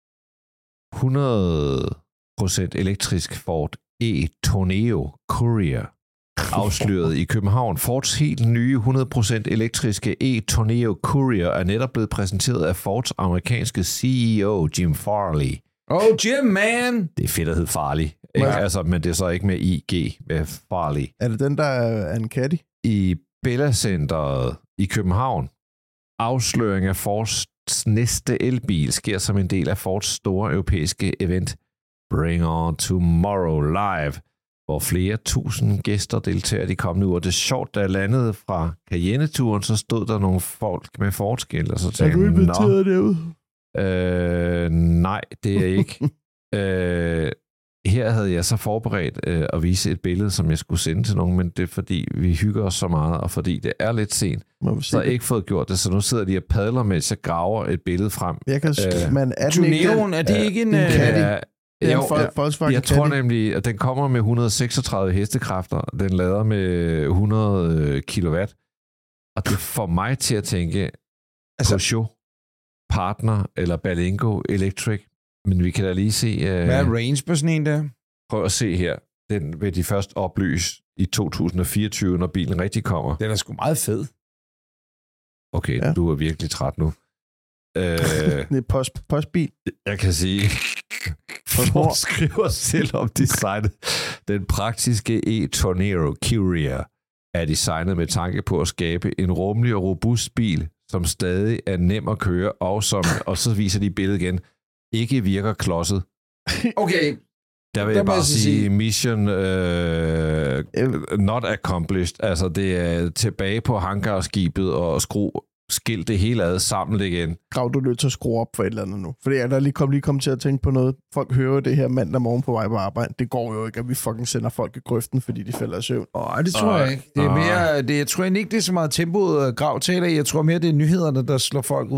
hundrede procent elektrisk Ford e-Tourneo Courier afsløret i København. Fords helt nye hundrede procent elektriske e-Tourneo Courier er netop blevet præsenteret af Fords amerikanske C E O Jim Farley. Oh, Jim, man! Det er fedt at hedde Farley. Ikke? Ja. Altså, men det er så ikke med I G, med Farley. Er det den, der er en caddy? I Bella Centeret i København. Afsløring af Fords næste elbil sker som en del af Fords store europæiske event Bring On Tomorrow Live, hvor flere tusind gæster deltager de kommende uger. Det er sjovt, da jeg landede fra Cayenne-turen, så stod der nogle folk med Ford-skilt, og så tænkte jeg, er du inviteret derud? Øh, nej, det er jeg ikke. øh, her havde jeg så forberedt øh, at vise et billede, som jeg skulle sende til nogen, men det er fordi, vi hygger os så meget, og fordi det er lidt sent, så har jeg ikke fået gjort det, så nu sidder de og padler, mens jeg graver et billede frem. Jeg kan øh, men er Tourneoen, er det øh, ikke en... en caddy? Ja, Det er jo, en Vol- Volkswagen jeg tror caddy. nemlig, at den kommer med et hundrede og seksogtredive hestekræfter. Den lader med hundrede kilowatt. Og det får mig til at tænke altså, Peugeot, Partner eller Berlingo Electric. Men vi kan da lige se... Uh, hvad er range på sådan en der? Prøv at se her. Den vil de først oplyse i to tusind og fireogtyve, når bilen rigtig kommer. Den er sgu meget fed. Okay, ja. Du er virkelig træt nu. Uh, det er post, postbil. Jeg kan sige... Ford skriver selv om designet. Den praktiske e-Tourneo Courier er designet med tanke på at skabe en rummelig og robust bil, som stadig er nem at køre, og som, og så viser de billedet igen, ikke virker klodset. Okay. Der vil jeg bare sige, mission uh, not accomplished. Altså, det er tilbage på hangarskibet og skru skilt det hele ad sammen igen. Grav, du er nødt til at skrue op for et eller andet nu. Fordi jeg der lige kom, lige kom til at tænke på noget. Folk hører det her mandag morgen på vej på arbejde. Det går jo ikke, at vi fucking sender folk i grøften, fordi de falder i søvn. Åh, det tror jeg ikke. Det er mere, det, jeg tror ikke, det er så meget tempoet Grav taler. Jeg tror mere, det er nyhederne, der slår folk ud.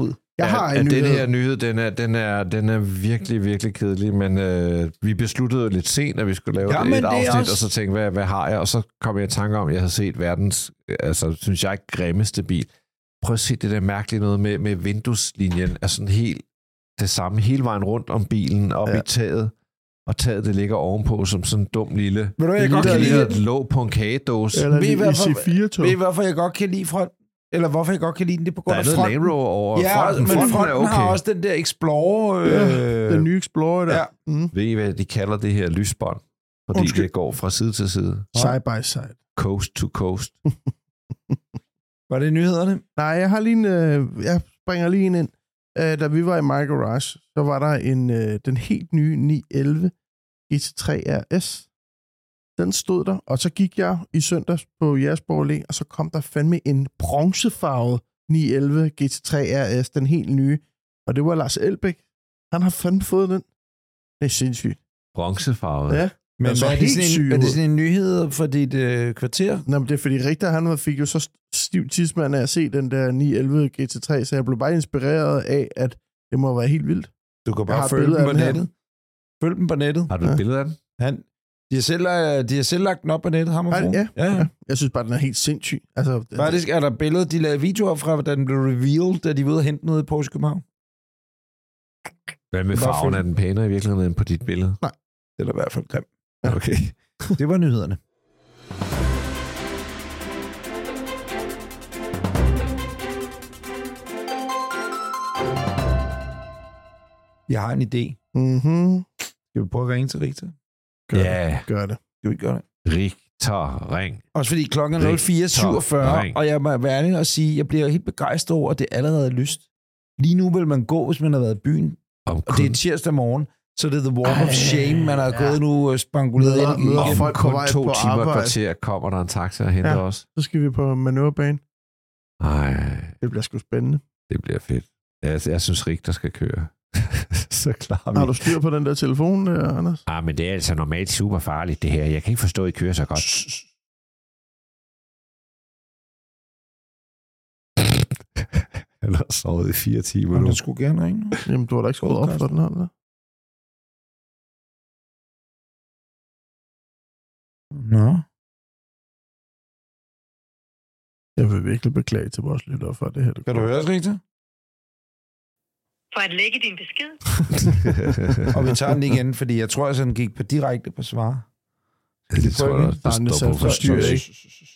Jeg har at, en at nyhed. den her nyhed, den er, den er, den er virkelig, virkelig kedelig, men øh, vi besluttede lidt sent, at vi skulle lave Jamen, et afsnit, også... og så tænkte hvad, hvad har jeg? Og så kom jeg i tanke om, at jeg havde set verdens, altså synes jeg, grimmeste bil. Prøv at se det der mærkelige noget med, med vindueslinjen, er sådan helt det samme, hele vejen rundt om bilen, op ja. i taget, og taget det ligger ovenpå som sådan en dum lille... Ved du, jeg godt kan lide det lå på en kagedåse. Eller ved I, i C fire-tog. Ved I, hvorfor jeg godt kan lide front? Eller hvorfor jeg godt kan lide den? Det er på grund af fronten. Der er noget Land Rover over ja, fronten. men Fronten, fronten er okay. har også den der Explorer. Øh... Ja, den nye Explorer der. Ja. Mm. Ved I, hvad de kalder det her lysbånd? Fordi Undskyld. det går fra side til side. Side by side. Coast to coast. Var det nyhederne? Nej, jeg har lige en... Øh, jeg springer lige en ind. Øh, da vi var i My Garage, så var der en øh, den helt nye ni elleve G T tre R S. Den stod der, og så gik jeg i søndags på Jægersborg Allé, og så kom der fandme en bronzefarvet ni elleve G T tre R S, den helt nye. Og det var Lars Elbæk. Han har fandme fået den. Det er sindssygt. Bronzefarvet? Ja. Men altså, er, det sådan en, er det sådan en nyhed for dit øh, kvarter? Nå, men det er fordi Richter, han fik jo så stiv tidsmand af at se den der ni elleve G T tre, så jeg blev bare inspireret af, at det må være helt vildt. Du kan bare følge dem på nettet. Følg dem på nettet. Har du et ja. billede af den? Han, de, har selv, de har selv lagt den op på nettet, ham og fruen. Ja, ja, ja. Jeg synes bare, den er helt sindssyg. Altså, faktisk er der billeder, de lavede videoer fra, da den blev revealed, da de var ude og hente noget i Porsche København. Hvad med farven? Er den pænere i virkeligheden end på dit billede? Nej. Det er da i hvert fald grim. Ja. Okay. Det var nyhederne. Jeg har en idé. Mm-hmm. Skal vi prøve at ringe til Richter? Gør ja. Det. Gør det. Skal vi gøre det? Richter, ring. Også fordi klokken er nul fire syvogfyrre, og jeg må være ærlig og sige, at jeg bliver helt begejstret over, at det allerede er lyst. Lige nu vil man gå, hvis man har været i byen, Om og det er tirsdag morgen, så det er the walk of shame, man har ja. gået nu og spanguleret møder, ind. Møder om folk kun på vej to på timer arbejde. kvarter kommer der en taxa og henter ja. os. Så skal vi på manøvrebane. Ej, det bliver sgu spændende. Det bliver fedt. Jeg, jeg synes, Richter skal køre. Så klarer vi. Har du styr på den der telefon, der, Anders? Ah, men det er altså normalt super farligt, det her. Jeg kan ikke forstå, at I kører så godt. Han har sovet i fire timer nu. Du skulle gerne ringe. Jamen, du har da ikke skruet op for den her, eller? Nå. Jeg vil virkelig beklage til vores lyttere for det her. Kan du høre os, Richter? For at lægge din besked. Og vi tager den igen, fordi jeg tror, at den gik på direkte på svar. Ja, det tror jeg, der står på forstyr, ikke?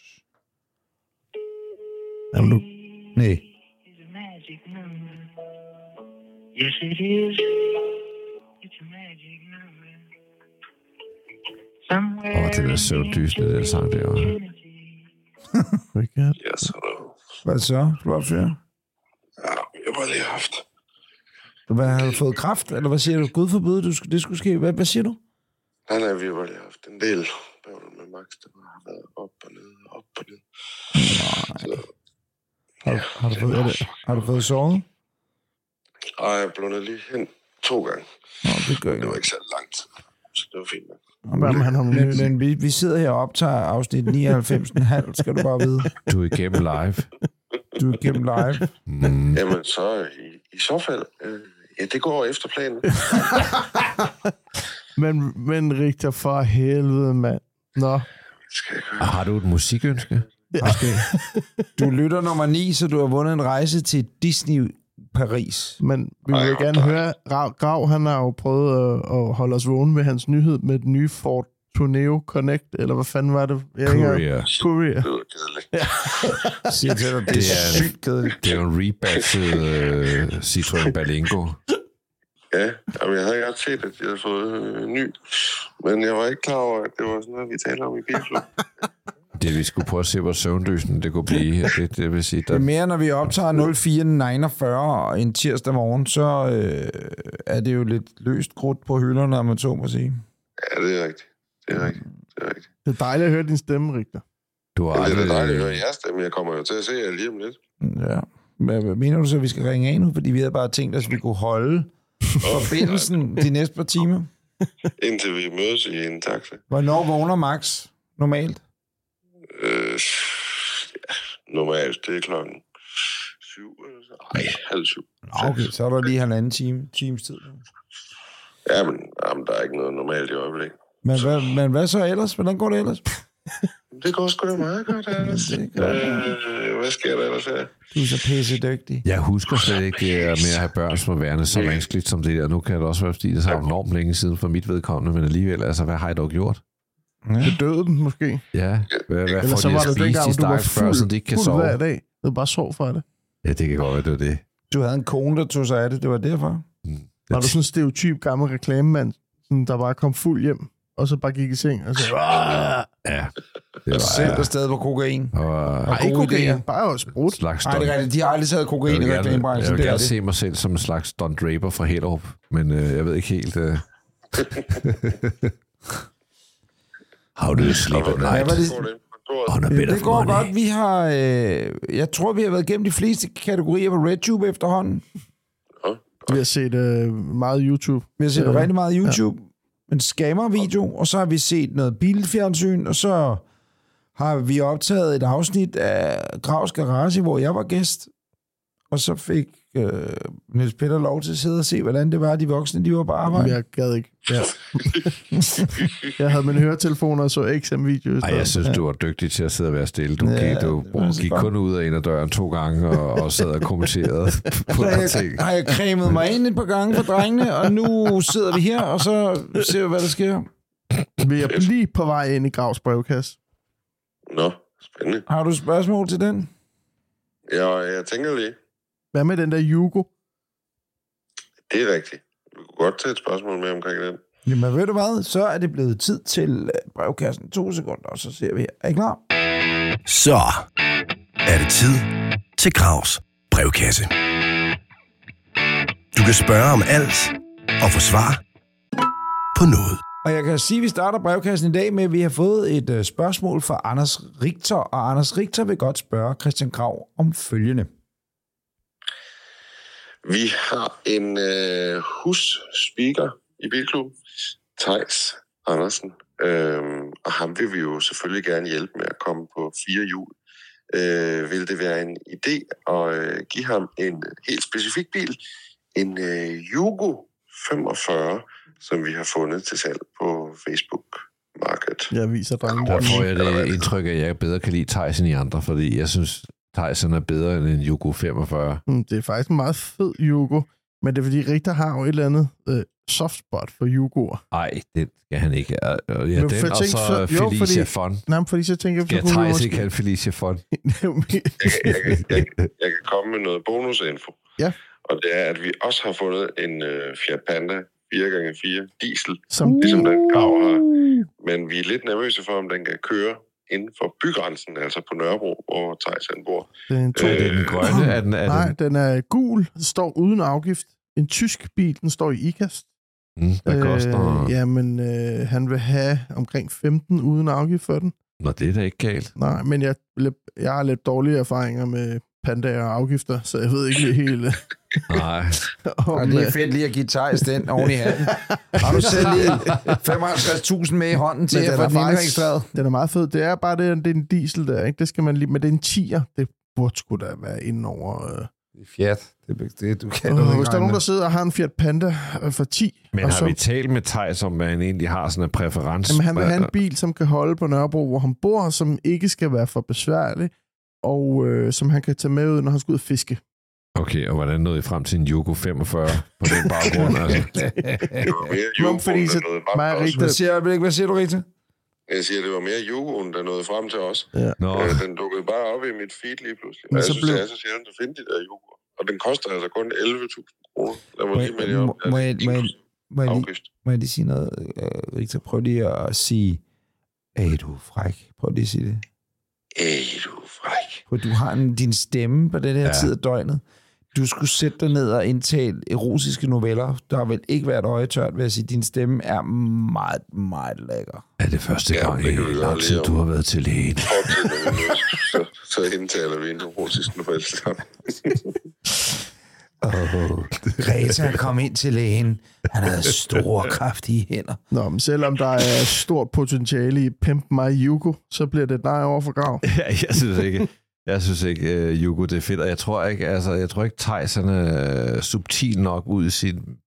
Jamen nu. Nej. Yes, it is. It's a magic number. Åh, oh, det er søvndysende, den sang der. Yes, hello. Hvad så, flot fyr? Ja, jeg har lige haft. Hvad, har du fået kraft, eller hvad siger du? Gud forbyde, du, det skulle ske. Hvad, hvad siger du? Nej, nej, vi har lige haft en del bøvler med Max, der har været op og ned, op og ned. Nej. Så, har, ja, har, du fået, det, har du fået sovet? Ej, jeg blev lige hen to gange. Nå, det gør jeg. Det var ikke så lang tid, så det var fint. Men, men, men, men vi, vi sidder her og optager afsnit nioghalvfems komma fem, skal du bare vide. Du er igennem live. Du er igennem live. Mm. Jamen, så i, i så fald, øh, ja, det går efter planen. men, men Richter, for helvede, mand. Nå. Har du et musikønske? Ja. Du lytter nummer ni, så du har vundet en rejse til Disney Paris. Men vi vil jo gerne høre, Grav, han har jo prøvet at, at holde os vågne med hans nyhed med den nye Ford Tourneo Connect, eller hvad fanden var det? Courier. Courier. Det var kedeligt. Ja. Siger til dig, det, det er sygt kedeligt. Det er jo en rebadget uh, Citroën Berlingo. Ja, jamen, jeg havde godt set, at de havde fået øh, ny, men jeg var ikke klar over, at det var sådan noget, vi taler om i Bilklub. Det vi skulle prøve at se, hvor søvndøsen det kunne blive. Det, det vil sige, der... Det er mere, når vi optager nul fire niogfyrre en tirsdag morgen, så øh, er det jo lidt løst krudt på hylderne, om man så må sige. Ja, det er rigtigt. Det er rigtigt. Det er rigtigt. Det er dejligt at høre din stemme, Richter. Du har ja, aldrig... det er dejligt at høre jeres stemme. Jeg kommer jo til at se jer lige om lidt. Ja. Hvad mener du så, at vi skal ringe af nu? Fordi vi havde bare tænkt os, at vi kunne holde forbindelsen de næste par timer. Indtil vi mødes i en taxa. Hvornår vågner Max normalt? Øh, ja, normalt, det er klokken syv, eller så. Ej, halv syv. Okay, så er der lige halvanden time, times tid. Ja, men jamen, der er ikke noget normalt i øjeblikket. Men hvad, men hvad så ellers? Hvordan går det ellers? Det går sgu da meget godt, Anders. Det gør det. Øh, hvad sker der ellers her? Du er så pisse dygtig. Jeg husker slet ikke det med at have børn som er værende så vanskeligt som det der. Nu kan det også være, fordi det er enormt længe siden for mit vedkommende, men alligevel, altså, hvad har I dog gjort? Ja. Det døde den måske. Ja, hvad, hvad Eller så får de var at det spise, dengang, de du var stakkels børn, så fuld, de ikke kan fuld sove? hver dag. Du bare sov for det. Ja, det kan godt være, det var det. Du havde en kone, der tog sig af det. Det var derfor. Mm. Var du sådan en stereotyp gammel reklamemand, sådan, der bare kom fuld hjem, og så bare gik i seng og sagde, Ja, det var Sendt afsted på kokain. og, Og nej, ikke gode kokain, idéer. bare også sprut. slags Nej, det er rigtigt. De har aldrig taget kokain Jeg vil i gerne, jeg reklamebranchen. vil Det er gerne det. se mig selv som en slags Don Draper fra Hellerup, men øh, jeg ved ikke helt... Øh... How do you sleep at Ja, night? hvad er det? Går det ind på kontoret? On a Øh, bit Det of går money. godt. Vi har, øh, jeg tror, vi har været igennem de fleste kategorier på RedTube efterhånden. Vi har set øh, meget YouTube. Vi har set Ja. rigtig meget YouTube. En scammer-video, og så har vi set noget bilfjernsyn, og så har vi optaget et afsnit af Gravs Garage, hvor jeg var gæst. Og så fik øh, Niels Peter lov til at sidde og se, hvordan det var, de voksne, de var på arbejde. Jeg gad ikke. Ja. Jeg havde mine høretelefoner og så X M-video. Ej, jeg synes, du var dygtig til at sidde og være stille. Du, Ja, gik, du det var så gik godt. kun ud af en af døren to gange og, og sad og kommenterede på Så de jeg, ting. har jeg cremet mig ind et par gange for drengene, og nu sidder vi her, og så ser vi, hvad der sker. Vi er lige på vej ind i Gravs brevkasse. Nå, spændende. Har du spørgsmål til den? Ja, jeg tænker lige. Hvad med den der Yugo? Det er rigtigt. Vi kunne godt tage et spørgsmål med omkring den. Jamen ved du hvad, så er det blevet tid til øh, brevkassen. To sekunder, og så ser vi her. Er I klar? Så er det tid til Gravs brevkasse. Du kan spørge om alt og få svar på noget. Og jeg kan sige, at vi starter brevkassen i dag med, at vi har fået et øh, spørgsmål fra Anders Richter. Og Anders Richter vil godt spørge Christian Grav om følgende. Vi har en øh, husspeaker i Bilklub, Theis Andersen. Øhm, og ham vil vi jo selvfølgelig gerne hjælpe med at komme på fire hjul. Øh, vil det være en idé at øh, give ham en helt specifik bil, en øh, Yugo femogfyrre, som vi har fundet til salg på Facebook-markedet. Jeg viser drengene. Der får jeg det indtryk af, at jeg bedre kan lide Theis end I andre, fordi jeg synes, Theisen er bedre end en Yugo femogfyrre. Mm, Det er faktisk en meget fed Yugo, men det er fordi Richter har jo et eller andet øh, softspot for Yugoer. Ej, den skal han ikke. Ja, ja Men den for og tænk, så så- jo, Felicia fordi- Fon. Nej, men fordi så tænker jeg, Skal så kunne vi Theis måske- ikke have Felicia Fon? Jeg, kan- jeg, kan- jeg, kan- jeg kan komme med noget bonusinfo. Ja. Og det er, at vi også har fundet en øh, Fiat Panda fire gange fire diesel, Som ligesom den Grav har. Men vi er lidt nervøse for, om den kan køre inden for bygrænsen, altså på Nørrebro, hvor Theis han bor. Det er en to. Er det den grønne? Er den, er Nej, den, den er gul. Den står uden afgift. En tysk bil, den står i IKAST. mm, hvad koster? Øh, jamen, øh, han vil have omkring femten uden afgift for den. Nå, det er da ikke galt. Nej, men jeg, jeg har lidt dårlige erfaringer med pandaer og afgifter, så jeg ved ikke lige helt øh, Nej. om... Og det er øh, fedt lige at give Theis den oven i handen. Har du selv lige femoghalvtreds tusind med i hånden til Men at den få er den faktisk- indregistreret? Den er meget fed. Det er bare det, det er en diesel der, ikke? Det skal man lige... Men det er en tier. Det burde sgu da være inden over... Øh. Fiat. Det, det, du kan Uh, du hvis ikke der er regne nogen, der med. sidder og har en Fiat Panda øh, for ti... Men og har så, vi talt med Theis om, hvad han egentlig har sådan en præference? jamen, han vil have en bil, som kan holde på Nørrebro, hvor han bor, som ikke skal være for besværlig, og øh, som han kan tage med ud, når han skal ud og fiske. Okay, og hvordan nåede I frem til en Yugo femogfyrre på den baggrund? Altså? Det var mere Nå, Yugoen, fordi så- der nåede frem mig og til os. Richter- Hvad siger, du, hvad siger du, Rita? Jeg siger, det var mere Yugoen, der nåede frem til os. Nå, Øh, den dukkede bare op i mit feed lige pludselig. Men Og jeg så synes, blev- det er så sjældent at finde de der Yugoer. Og den koster altså kun elleve tusind kroner. Lad mig Må lige med det jeg- op. må- må jeg- må jeg- Må jeg lige, Afgift. må jeg lige sige noget, uh, Rita? Prøv lige at sige, er du er fræk? Prøv lige at sige det. Ej, du er fræk. For du har en, din stemme på den her Ja. ja. tid af døgnet. Du skulle sætte dig ned og indtale erotiske noveller. Der har vel ikke været øje tørt ved at sige, at din stemme er meget, meget lækker. er det første Ja, gang det i kan vi gøre lang lige tid, om. du har været til lægen? Kort tid, når vi mødes, så, så indtaler vi en erotisk novelle sammen. Oh, Greta kom ind til lægen. Han havde store, kraftige hænder. Nå, men selvom der er stort potentiale i Pimp My Yugo, så bliver det et nej over for Grav. Ja, jeg synes ikke. Jeg synes ikke, uh, Yugo, det er fedt, og jeg tror ikke, altså, jeg tror ikke, Theis han er subtil nok ud i sin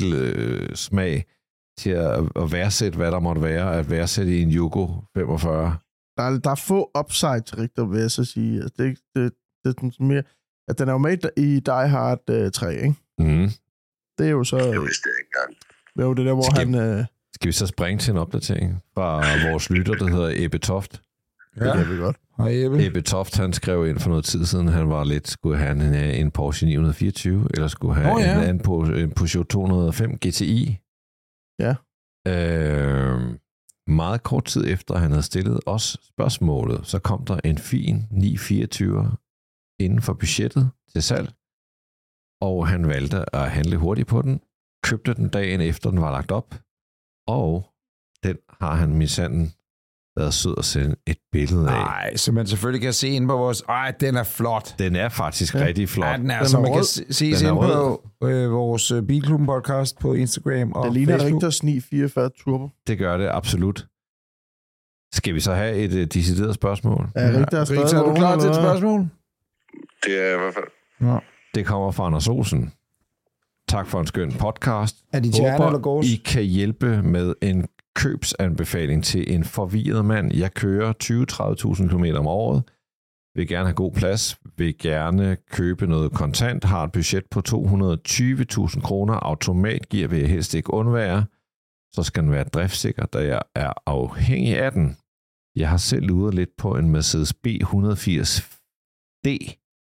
bilsmag uh, til at, at værdsætte, hvad der måtte være, at værdsætte i en Yugo femogfyrre. Der er, der er få upside til Richter, vil jeg så sige. Altså, det, det, det, det er mere, at den er jo med i Die Hard uh, tre, ikke? Mm. Det er jo så... Jeg vidste det ikke engang. Jo, det der, hvor Skal- han... Uh, Skal vi så springe til en opdatering fra vores lytter, der hedder Ebbe Toft? ja. Det kan vi godt. Hej Ebbe. Ebbe Toft, han skrev ind for noget tid siden, han var lidt, skulle han en, en Porsche ni fireogtyve, eller skulle have Nå, ja. en anden på en Peugeot to hundrede og fem G T I. Ja. Øh, meget kort tid efter, han havde stillet os spørgsmålet, så kom der en fin ni fireogtyve inden for budgettet til salg, og han valgte at handle hurtigt på den, købte den dagen efter, den var lagt op, og den har han midsanden været sød at sende et billede af. Nej, så man selvfølgelig kan se ind på vores... Ej, den er flot. Den er faktisk Ja. rigtig flot. Ja, den er, Den så er man kan rød. se ses Den er ind på øh, vores øh, Bilklubben-podcast på Instagram og Det ligner Facebook. Richters ni fireogfyrre Turbo. Det gør det absolut. Skal vi så have et uh, decideret spørgsmål? Ja, Richter er stadig Richter, er du vågen, klar til et eller hvad? spørgsmål? Det er i hvert fald... Ja. Det kommer fra Anders Olsen. Tak for en skøn podcast. Er de tjerne eller Håber, gås? I kan hjælpe med en købsanbefaling til en forvirret mand. Jeg kører tyve til tredive tusind kilometer om året. Vil gerne have god plads. Vil gerne købe noget kontant. Har et budget på to hundrede og tyve tusind kroner. Automatgear vil jeg helst ikke undvære. Så skal den være driftsikker, da jeg er afhængig af den. Jeg har selv luret lidt på en Mercedes B et hundrede og firs D.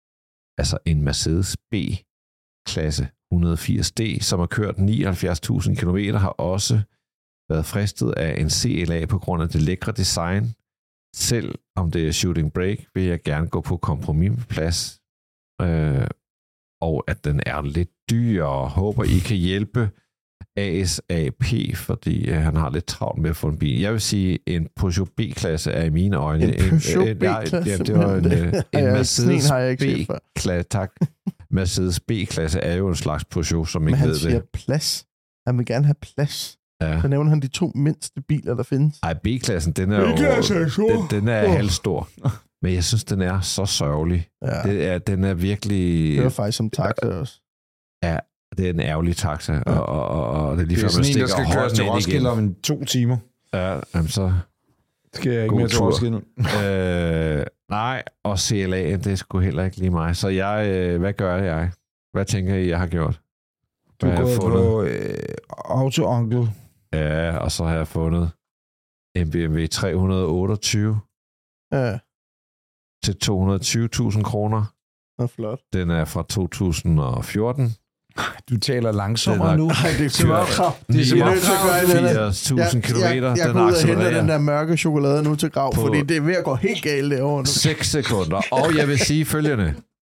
Altså en Mercedes B-klasse et hundrede og firs D, som har kørt nioghalvfjerds tusind kilometer, har også været fristet af en C L A på grund af det lækre design. Selv om det er shooting brake, vil jeg gerne gå på kompromis med plads, øh, og at den er lidt dyrere. Håber, I kan hjælpe A S A P, fordi øh, han har lidt travlt med at få en bil. Jeg vil sige, en Peugeot B-klasse er i mine øjne... En Peugeot en- nej, B-klasse, ja, det var en, simpelthen. øh, Det en har jeg ikke- Mercedes sådan en har jeg ikke set før. B-klasse. Tak. Mercedes B-klasse er jo en slags Peugeot, som Men ikke han ved siger det. plads. Han vil gerne have plads. Ja. Så nævner han de to mindste biler, der findes. Ej, B-klassen, den er jo... B-klasse er stor. Den, den er Åh. halvstor. Men jeg synes, den er så sørgelig. Ja, Det er, den er virkelig... det var faktisk som taxa også. Det er en ærgerlig taxa, og, og, og, og det er lige Det før, er man sådan en, der stikker skal køres til hånden ind igen. Roskilde om en to timer. Ja, jamen så... Skal jeg ikke God mere til tur. Roskilde? øh, nej, og C L A, det er sgu heller ikke lige mig. Så jeg, øh, hvad gør jeg? Hvad tænker I, jeg har gjort? Du Hvad er har jeg gået fundet? på øh, Auto-Onkel. Ja, og så har jeg fundet en B M W tre hundrede og otteogtyve Ja, til to hundrede og tyve tusind kroner. det er flot. Den er fra to tusind og fjorten. Du taler langsommere Den nu. Ej, det er Kører krav. Det er så meget niogfirs tusind kilometer. Jeg, jeg Den går ud og henter accelererer den der mørke chokolade nu til grav, På- fordi det er ved at gå helt galt derovre nu. seks sekunder. Og jeg vil sige følgende.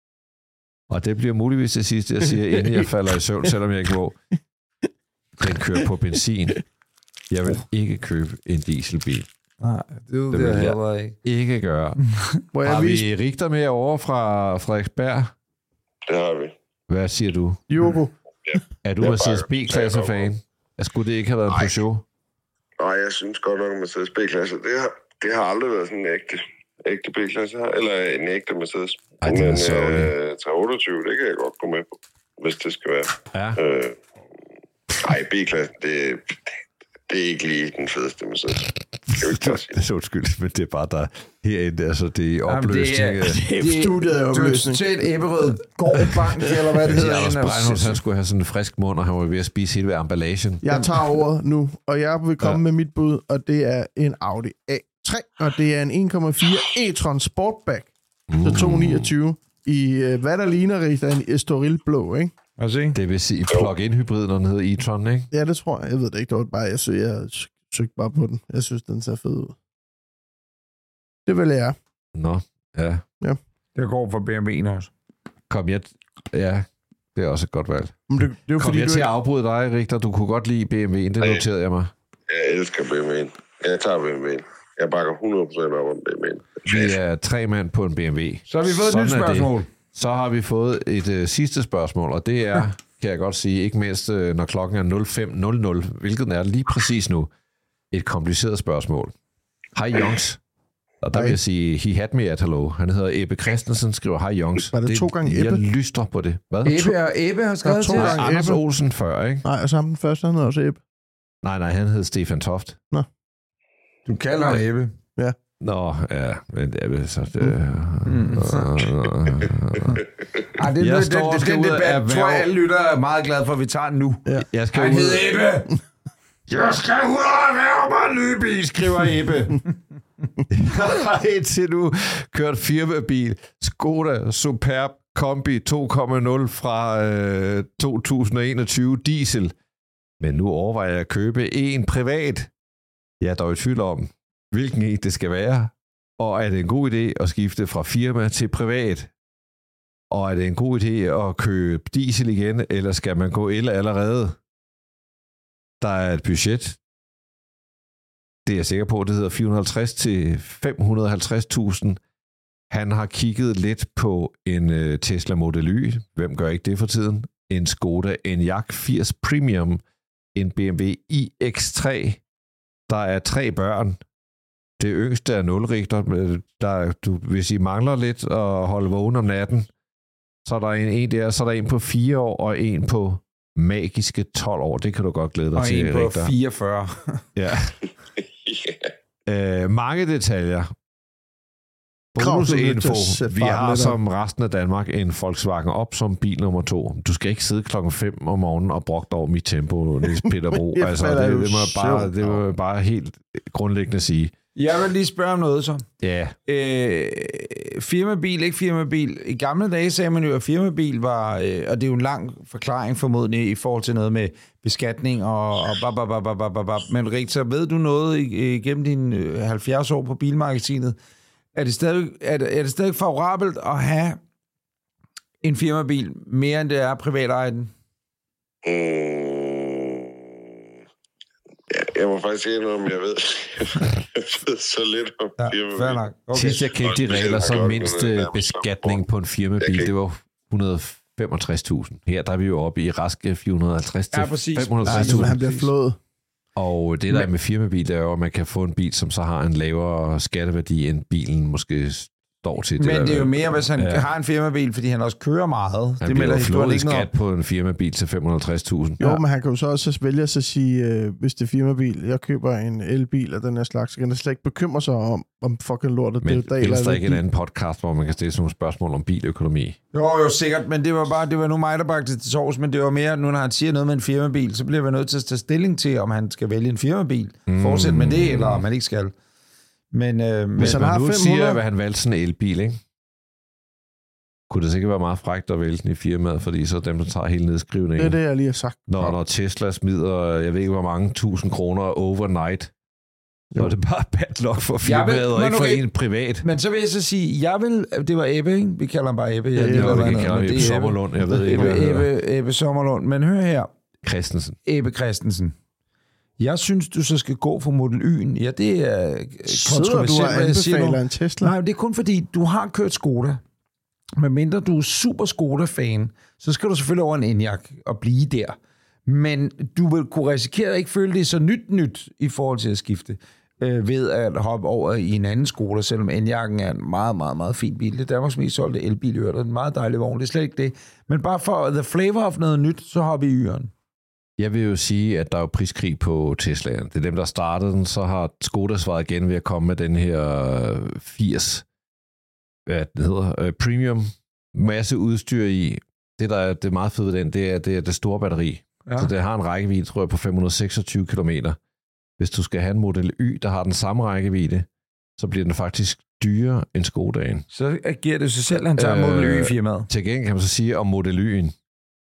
Og det bliver muligvis det sidste, jeg siger, inden jeg falder i søvn, selvom jeg ikke må. Den kører på benzin. Jeg vil ikke købe en dieselbil. Nej, det er Det det, vil det jeg- heller ikke. Ikke gøre. Hvor Har jeg viste vi Richter med over fra Frederiksberg? Det har vi. Hvad siger du? Yogo. Er du Jeg Mercedes bakker B-klasse-fan? Skulle det ikke have været en Nej. Peugeot? Nej, jeg synes godt nok, at Mercedes B-klasse, det har, det har aldrig været sådan en ægte, ægte B-klasse her, eller en ægte Mercedes. Ej, det er Men sørgeligt. øh, tre otteogtyve, det kan jeg godt gå med på, hvis det skal være. Ja. Øh, ej, B-klassen, det, det er ikke lige den fedeste Mercedes. Det kan vi ikke bare sige. Det er undskyld, men det er bare der herinde, altså det er i Jamen, opløsning. det er- øh, Det er studiet af Du er opløsning. totalt Ebberød Gårdbank, eller hvad det Jeg siger, hedder. Anders en af- Breinholt, han skulle have sådan en frisk mund, og han var ved at spise hele emballagen. Jeg tager ordet nu, og jeg vil komme Ja. med mit bud, og det er en Audi A tre, og det er en en komma fire e-tron Sportback til to hundrede og niogtyve i, øh, hvad der ligner rigtig en Estoril blå, ikke? Lad os se. Det vil sige plug-in hybrid, når den hedder e-tron, ikke? Ja, det tror jeg. Jeg ved det ikke, det var bare, jeg, søg, jeg søgte bare på den. Jeg synes, den ser fed ud. Det vil jeg. Nå, ja. Jeg går for B M W'en også. Kom jeg... Ja, det er også et godt valg. Men det, det er jo Kom fordi, jeg du til at ikke... afbryde dig, Richter? Du kunne godt lide B M W'en, det Nej. noterede jeg mig. Jeg elsker B M W'en. Jeg tager B M W'en. Jeg bakker hundrede procent op om B M W'en. Vi er tre mand på en B M W. Så har vi fået Sådan et nyt er det. spørgsmål. Så har vi fået et øh, sidste spørgsmål, og det er, kan jeg godt sige, ikke mindst øh, når klokken er nul fem nul nul, hvilket den er lige præcis nu, et kompliceret spørgsmål. Hej Jongs. Og der vil jeg sige, he had me at hello. Han hedder Ebbe Christensen, skriver hej Jongs. Var det to gange Ebbe? Jeg lyster på det. Hvad? Ebbe, og Ebbe har skrevet to til os. gange Anders Ebbe. Olsen før, ikke? Nej, og sammen den første, han hedder også Ebbe. Nej, nej, han hed Stefan Toft. Du kalder ham Ebbe. Nå, ja, men det er vel så... Det, Mm. Ej, det, Jeg det, står og det, skal den ud af debat, erhverv. tror jeg, alle lytter er meget glade for, at vi tager den nu. Ja. Jeg skal Han ud... hedder Ebbe. Jeg skal ud og erhverve mig en ny bil, skriver Ebbe. Jeg har indtil nu kørt firmabil Skoda Superb Kombi to komma nul fra øh, to tusind og enogtyve diesel. Men nu overvejer jeg at købe en privat. Jeg er dog i tvivl om, hvilken en det skal være. Og er det en god idé at skifte fra firma til privat? Og er det en god idé at købe diesel igen, eller skal man gå el allerede? Der er et budget. Det er jeg sikker på, det hedder fire hundrede og halvtreds til fem hundrede og halvtreds tusind. Han har kigget lidt på en uh, Tesla Model Y. Hvem gør ikke det for tiden? En Skoda Enyaq firs Premium. En B M W i X tre. Der er tre børn. Det yngste er nul-rigter. Der, du, hvis I mangler lidt at holde vågen om natten, så er der en, en der, så er der en på fire år, og en på magiske tolv år. Det kan du godt glæde dig Og til, en på Richter. fireogfyrre. Ja. yeah. Øh, mange detaljer. Krav, du er nødt til Bonusinfo. at sætte Vi farten har lidt op. som resten af Danmark en Volkswagen op som bil nummer to. Du skal ikke sidde klokken fem om morgenen og brokke over mit tempo, Niels Peter Bro. Jeg altså, falder det, jo det, må jeg bare, søvn. det må jeg bare helt grundlæggende sige. Jeg vil lige spørge om noget så. Ja, Øh, firmabil, ikke firmabil. I gamle dage sagde man jo, at firmabil var, øh, og det er jo en lang forklaring formodentlig i forhold til noget med beskatning og, og bab, bab, bab, bab, bab, bab. Men Richter, ved du noget igennem dine halvfjerds år på Bilmagasinet? Er det stadig, er det, er det stadig favorabelt at have en firmabil mere end det er privatejen? Mm. Ja, jeg må faktisk sige noget, om jeg ved. jeg ved så lidt om Ja, firmabil. fair nok. Okay. sidst jeg kendte de regler, så mindste beskatning på en firmabil, Okay. det var et hundrede og femogtres tusind. Her der er vi jo oppe i raske fire hundrede og halvtreds til Ja, præcis. fem hundrede og Nej, halvtreds men tusind. han bliver flået. Og det der er med firmabil, det er jo, at man kan få en bil, som så har en lavere skatteværdi, end bilen måske står til. Men der, det er jo mere, hvis han Ja. ja. har en firmabil, fordi han også kører meget. Han det bliver melder jo historien flået ikke noget skat om. på en firmabil til fem hundrede og halvtreds tusind. Jo, ja. Men han kan jo så også vælge sig at sige, øh, hvis det er firmabil, jeg køber en elbil af den her slags, så kan han slet ikke bekymre sig om, om fucking lortet. Men det er findes der ikke en anden podcast, hvor man kan stille sådan nogle spørgsmål om biløkonomi? Jo, jo, sikkert, men det var bare, det var nu mig, der bragte det til tors, men det var mere, nu når han siger noget med en firmabil, så bliver vi nødt til at tage stilling til, om han skal vælge en firmabil. Mm. Fortsæt med det, eller om han ikke skal. Men, øh, men Hvis han har nu fem siger, hundrede at han valgte sådan en elbil, ikke? Kunne det sikkert være meget frækt at vælge den i firmaet, fordi så er dem, der tager hele nedskrivningen. det er det, jeg lige har sagt. Når, når Tesla smider, jeg ved ikke hvor mange tusind kroner overnight, så er det bare bad luck for firmaet, og ikke for en privat. men så vil jeg så sige, jeg vil, det var Ebbe, ikke? Vi kalder ham bare Ebbe. Ja, Jeg det ved, var hvad vi han kan hedder, kalde men Ebbe det er Sommerlund. Jeg ved ikke, Ebbe, hvad han hedder. Ebbe, Ebbe Sommerlund. Men hør her, Christensen. Ebbe Christensen. Jeg synes, du så skal gå for Model Y'en. Ja, det er Sidder du kontroversielt, og hvad jeg siger nu. anbefaler en Tesla? Nej, det er kun fordi, du har kørt Skoda. Men mindre du er super Skoda-fan, så skal du selvfølgelig over en Enyaq og blive der. Men du vil kunne risikere at ikke føle det så nyt nyt i forhold til at skifte øh, ved at hoppe over i en anden Skoda, selvom Enyaq'en er en meget, meget, meget fin bil. Det er Danmarks mest solgte elbil, og det er en meget dejlig vogn. Det er slet ikke det. Men bare for the flavor of noget nyt, så hopper vi i Y'eren. Jeg vil jo sige, at der er jo priskrig på Teslaen. Det er dem, der startede den. Så har Skoda svaret igen ved at komme med den her firs, hvad det hedder, premium, masse udstyr i. Det, der er det meget fede ved den, det er det, er det store batteri. Ja. Så det har en rækkevidde, tror jeg, på fem hundrede og seksogtyve kilometer. Hvis du skal have en Model Y, der har den samme rækkevidde, så bliver den faktisk dyrere end Skodaen. Så giver det sig selv, at han tager øh, Model Y i firmaet. Til gengæld kan man så sige om Model Y'en,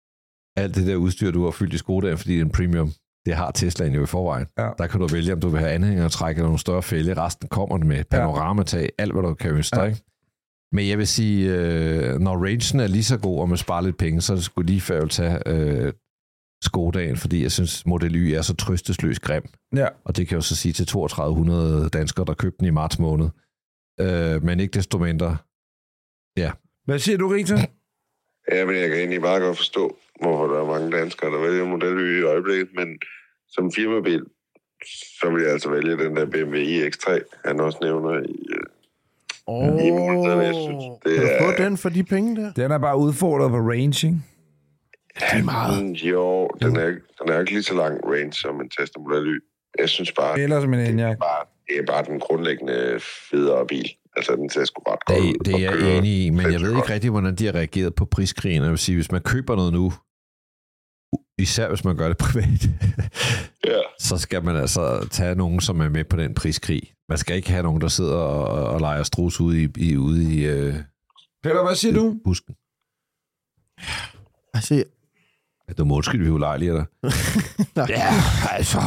alt det der udstyr, du har fyldt i Skodaen, fordi det er en premium, det har Teslaen jo i forvejen. Ja. Der kan du vælge, om du vil have anhængertræk eller nogle større fælge. Resten kommer med panoramatag, alt hvad du kan ønske dig. Ja. Men jeg vil sige, øh, når rangen er lige så god, og man sparer lidt penge, så er det sgu lige før at tage øh, Skodaen, fordi jeg synes, Model Y er så trøstesløs grim. Ja. Og det kan jeg jo så sige til treogtredive hundrede danskere, der købte den i marts måned. Øh, men ikke desto mindre. Ja. Hvad siger du, Rita? Ja, men jeg kan egentlig bare godt forstå, hvorfor der er mange danskere, der vælger Model Y i øjeblikket, men som firmabil, så vil jeg altså vælge den der B M W i X tre, han også nævner i, Åh, I muligheden, jeg synes, det kan du er... få den for de penge der? Den er bare udfordret på range, ikke? Det er meget. Jo, den er, den er ikke lige så lang range som en Tesla Model Y. Jeg synes bare, Eller som en det, Enyaq. er bare, det er bare den grundlæggende federe bil. Altså, den ser sgu ret godt Det, ud det er at jeg køre. enig i, men jeg Fedt ved godt. ikke rigtig, hvordan de har reageret på priskrigen. Jeg vil sige, hvis man køber noget nu, især hvis man gør det privat, Ja. så skal man altså tage nogen, som er med på den priskrig. Man skal ikke have nogen, der sidder og, og leger strus ude i, i, ude i øh, Peter, hvad siger du? busken. Altså, Ja, du må undskylde, vi er ulejlige dig. nej. Ja, altså.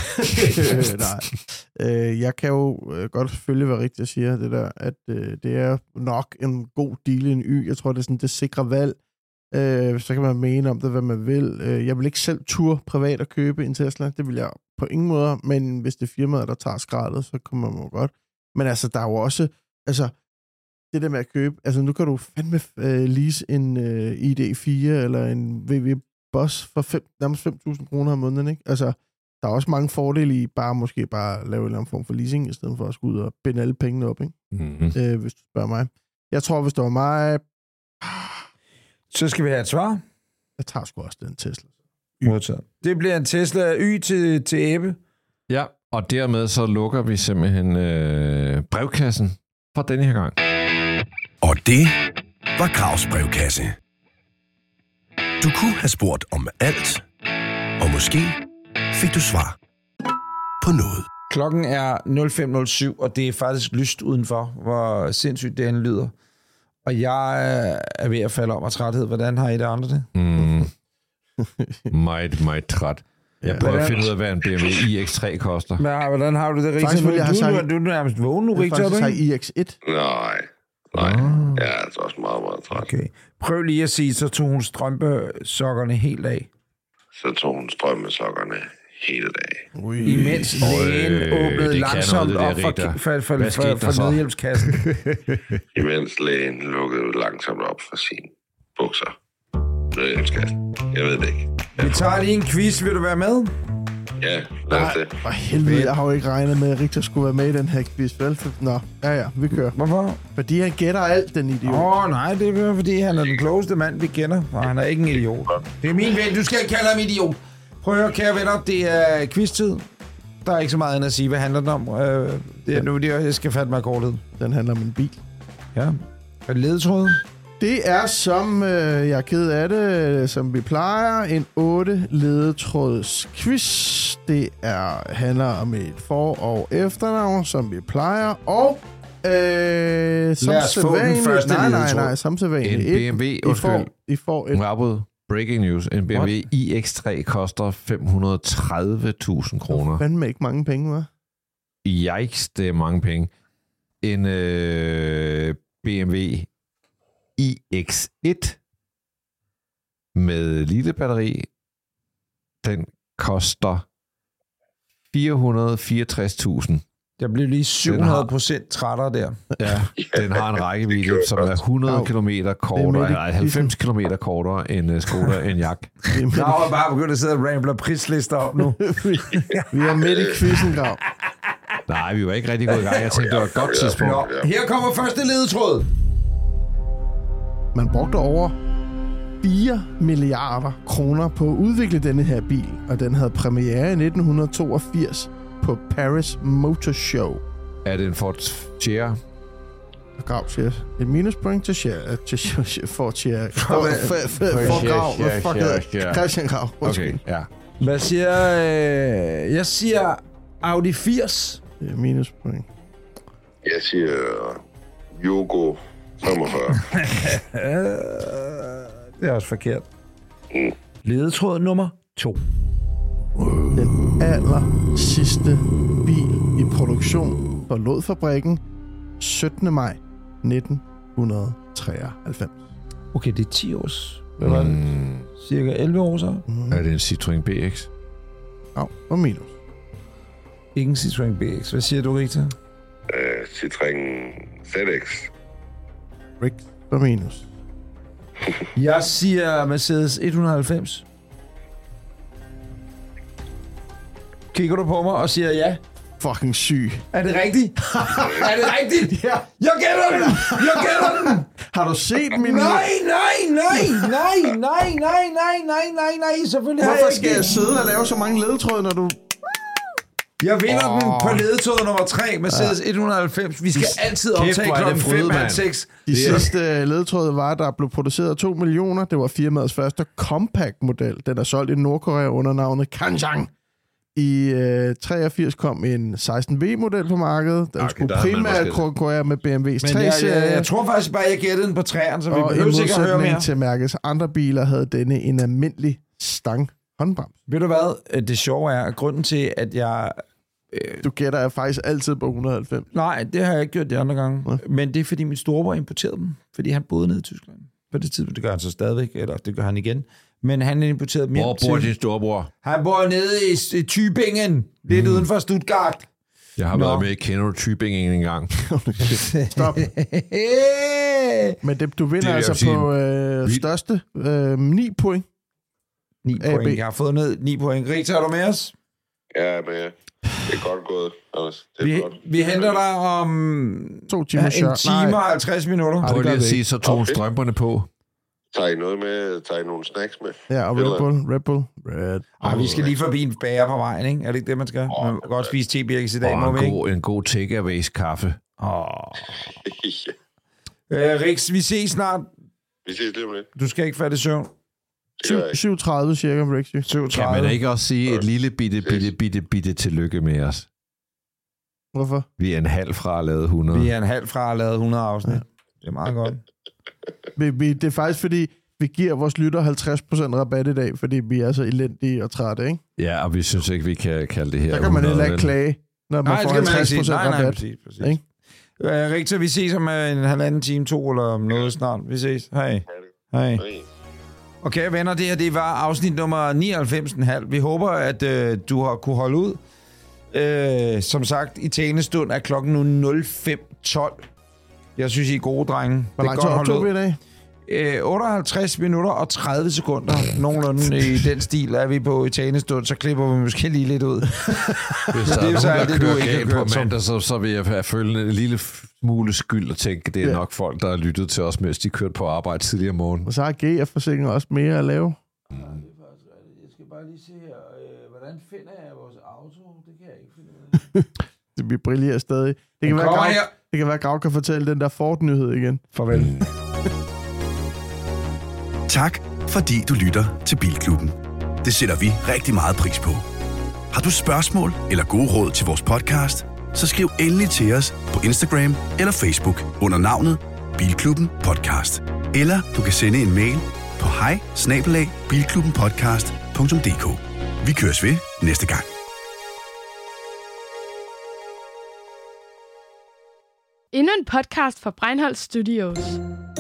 nej. Øh, jeg kan jo øh, godt følge, hvad Rigtig siger, det der, at øh, det er nok en god deal i en Y. Jeg tror, det er sådan det sikre valg. Øh, så kan man mene om det, hvad man vil. Øh, jeg vil ikke selv turde privat at købe en Tesla. Det vil jeg på ingen måde. Men hvis det er firmaet, der tager skraldet, så kommer man jo godt. Men altså, der er jo også... Altså, det der med at købe... Altså, nu kan du fandme øh, lease en øh, I D fire eller en V W Bus for fem, nærmest fem tusind kroner om måneden, ikke? Altså, der er også mange fordele i bare måske bare lave en eller anden form for leasing, i stedet for at skulle ud og binde alle pengene op, ikke? Mm-hmm. Øh, hvis du spørger mig. Jeg tror, hvis det var mig... Så skal vi have et svar. Jeg tager sgu også den Tesla. Modtaget. Det bliver en Tesla Y til, til Ebbe. Ja, og dermed så lukker vi simpelthen øh, brevkassen for denne her gang. Og det var Gravs brevkasse. Du kunne have spurgt om alt, og måske fik du svar på noget. Klokken er nul fem nul syv, og det er faktisk lyst udenfor, hvor sindssygt det end lyder. Og jeg er ved at falde om af træthed. Hvordan har I det andre det? Mm. meget, meget træt. Jeg prøver at Hvordan- finde ud af, hvad en B M W i X tre koster. Hvad, hvordan har du det, Rita? Faktisk ville jeg have Du, sagt- du, du er nærmest vågen nu, Jeg Rita, har er du faktisk ikke? sagt I X et. Nej, nej. Ah. Jeg er altså også meget, meget træt. Okay. Prøv lige at sige, så tog hun strømpesokkerne helt af. Så tog hun strømmesokkerne hele dagen. Ui. Imens lægen Øh, åbnede det kan langsomt noget, det op der, for, Rita. for, for, Hvad for, skete der for så? nødhjælpskassen. Imens lægen lukkede langsomt op for sine bukser. Nødhjælpskassen. Jeg ved det ikke. Vi tager lige en quiz. Vil du være med? Ja, lad os det. For helvede, jeg har jo ikke regnet med, at Richter skulle være med i den her quiz, vel? Nå, ja ja, vi kører. Hvorfor? Fordi han gætter alt, den idiot. Åh, oh, nej, det er fordi, han er den klogeste mand, vi kender, og han er ikke en idiot. Det er min ven, du skal ikke kalde ham idiot. Prøv at høre, kære venner, det er quiz-tid. Der er ikke så meget andet at sige. Hvad handler den om? Øh, det er nu, det er, jeg skal fatte mig kortet. Den handler om en bil. Ja. Er det ledetråd? Det er, som øh, jeg er ked af det, som vi plejer, en otte ledetråds quiz. Det er, handler om et for- og efternavn, som vi plejer, og øh, som Lad os få den sædvanligt- første nej, nej, ledetråd. nej, som sædvanligt. En Et- B M W, I undskyld. får, I får et... Rapid. Breaking news. En B M W i X tre koster fem hundrede og tredive tusind kroner. Fandme ikke mange penge, hva'? Yikes, det er mange penge. En øh, B M W i X et med lille batteri, den koster fire hundrede og fireogtres tusind. Jeg blev lige syv hundrede procent trættere der. Ja, den har en rækkevidde, som er hundrede kilometer kortere, Det er nej, halvfems kilometer kortere end uh, Skoda Enyaq. Vi er midt, Jeg har bare begyndt at sidde og rambler prislister op nu. vi er midt i quizzen, Grav. Nej, vi var ikke rigtig gået i gang. Jeg tænkte, det var et godt tidspunkt. Nå, her kommer første ledetråd. Man brugte over fire milliarder kroner på at udvikle denne her bil, og den havde premiere i nitten toogfirs på Paris Motor Show. Er det en Ford Sierra? Grav siger et minuspoint til Sierra, til Sierra, for Sierra. For, for, for, for Sierra, Grav. Hvad Sierra, fuck Sierra, hedder Sierra. Christian Grav. Okay, ja. Hvad siger... Øh, jeg siger Audi firs. Det er minuspoint. Jeg siger Yogo femogfyrre. Øh, det er også forkert. Ledetråd nummer to. Den aller sidste bil i produktion forlod fabrikken syttende maj nitten treoghalvfems. Okay, det er ti års. Hvad var det? Mm, Cirka elleve år så? er det en Citroën B X? Ja, og minus. Ingen Citroën B X. Hvad siger du, Rita? Uh, Citroën Z X. Rick og minus. Jeg siger Mercedes et hundrede og halvfems. Kigger du på mig og siger ja? fucking syg. Er det rigtigt? Er det rigtigt? Ja. Jeg gætter den! Jeg gætter den! Har du set min... Nej, nej, nej, nej, nej, nej, nej, nej, nej, nej, selvfølgelig har Hvorfor jeg skal ikke jeg det. sidde og lave så mange ledetråde, når du... Jeg vinder Åh. den på ledetråd nummer tre, Mercedes et hundrede og halvfems. Vi skal altid Kæft, optage hvor er det klokken fryd, fem mand. halv seks. De sidste ledetråde var, der blev produceret to millioner. Det var firmaets første compact-model. Den er solgt i Nordkorea under navnet Kanjang. I øh, treogfirs kom en seksten V-model på markedet. Den Okay, skulle der havde man primært måske- konkurrere med B M W's Men jeg, tre jeg, serie. jeg tror faktisk bare, jeg gættede den på træerne, så vi Og i behøver ikke at høre mere. modsætning til mærkets andre biler havde denne en almindelig stang håndbremse. Ved du hvad? Det sjove er, at grunden til, at jeg... Du gætter jeg faktisk altid på et hundrede og halvfems. Nej, det har jeg ikke gjort de andre gange. Ja. Men det er, fordi min storebror importerede dem. Fordi han boede nede i Tyskland. På det tidspunkt, det gør han så stadigvæk, eller det gør han igen. Men han importerede dem hjem Hvor bor til... din storebror? Han bor nede i, i Tübingen, lidt mm. uden for Stuttgart. Jeg har Nå. været med i Kender du Tübingen en gang. Stop. Men det, du Det vinder vil jeg altså sige. på øh, Vi- største øh, ni point. ni A, B. point. Jeg har fået ned ni point. Rita, er du med os? Ja, men ja. Det er godt gået, Anders. Det er Vi, godt. vi henter dig om To timer en shot. time og halvtreds minutter. Nej, Prøv det gør lige at vi sige, så tog hun Okay. strømperne på. Tager I noget med? Tager I nogle snacks med? Ja, og Red Bull. Red Bull. Red. Ej, vi skal lige forbi en bager på vejen, ikke? Er det ikke det, man skal? Man kan godt spise te-birkes i dag, må Og vi en ikke? god, en god takeaways kaffe. Åh. Ja. Øh, Rix, vi ses snart. Vi ses lige om lidt. Du skal ikke falde i søvn. Det gør jeg ikke. syv tredive cirka, Rexy. Kan syvogtredive. man ikke også sige et lille bitte, bitte, bitte, bitte tillykke med os? Hvorfor? Vi er en halv fra at lave hundrede. Vi er en halv fra at lave hundrede afsnit. Det er meget godt. Vi, vi, det er faktisk fordi, vi giver vores lytter halvtreds procent rabat i dag, fordi vi er så elendige og trætte, ikke? Ja, og vi synes ikke, vi kan kalde det her Så kan man heller ikke vel? klage, når man Nej, det får skal man ikke halvtreds sige. procent Nej, nej, rabat. præcis. præcis. Ikke? Øh, Rita, vi ses om øh, en halvanden time, to eller om noget snart. Vi ses. Hej. Hej. Hej. Okay, venner, det her det var afsnit nummer nioghalvfems komma fem. Vi håber, at øh, du har kunne holde ud. Øh, som sagt, i talende stund er klokken nu nul fem tolv. Jeg synes, I er gode, drenge. Hvor Det er lang tid godt optog holdt vi ud. i dag? Øh, otteoghalvtreds minutter og tredive sekunder. Nogenlunde i den stil er vi på i talende stund, så klipper vi måske lige lidt ud. Hvis der det er er jo så nogen, alt der det, du kører ikke har galt på kørt som. mandag, så, så vil jeg have føle en lille smule skyld og tænke, det er Ja. nok folk, der har lyttet til os, mens de kørte på arbejde tidligere om morgenen. Og så har G F-forsikring også mere at lave. Jeg skal bare lige se her, øh, hvordan finder jeg vores auto? Det kan jeg ikke finde ud af. Det bliver brillerer stadig. Det kan, være, kommer Grav, her. det kan være, Grav kan fortælle den der Ford-nyhed igen. Farvel. Tak, fordi du lytter til Bilklubben. Det sætter vi rigtig meget pris på. Har du spørgsmål eller gode råd til vores podcast, så skriv endelig til os på Instagram eller Facebook under navnet Bilklubben Podcast. Eller du kan sende en mail på hej snabel-a bilklubbenpodcast punktum d k. Vi køres ved næste gang. Endnu en podcast fra Breinholt Studios.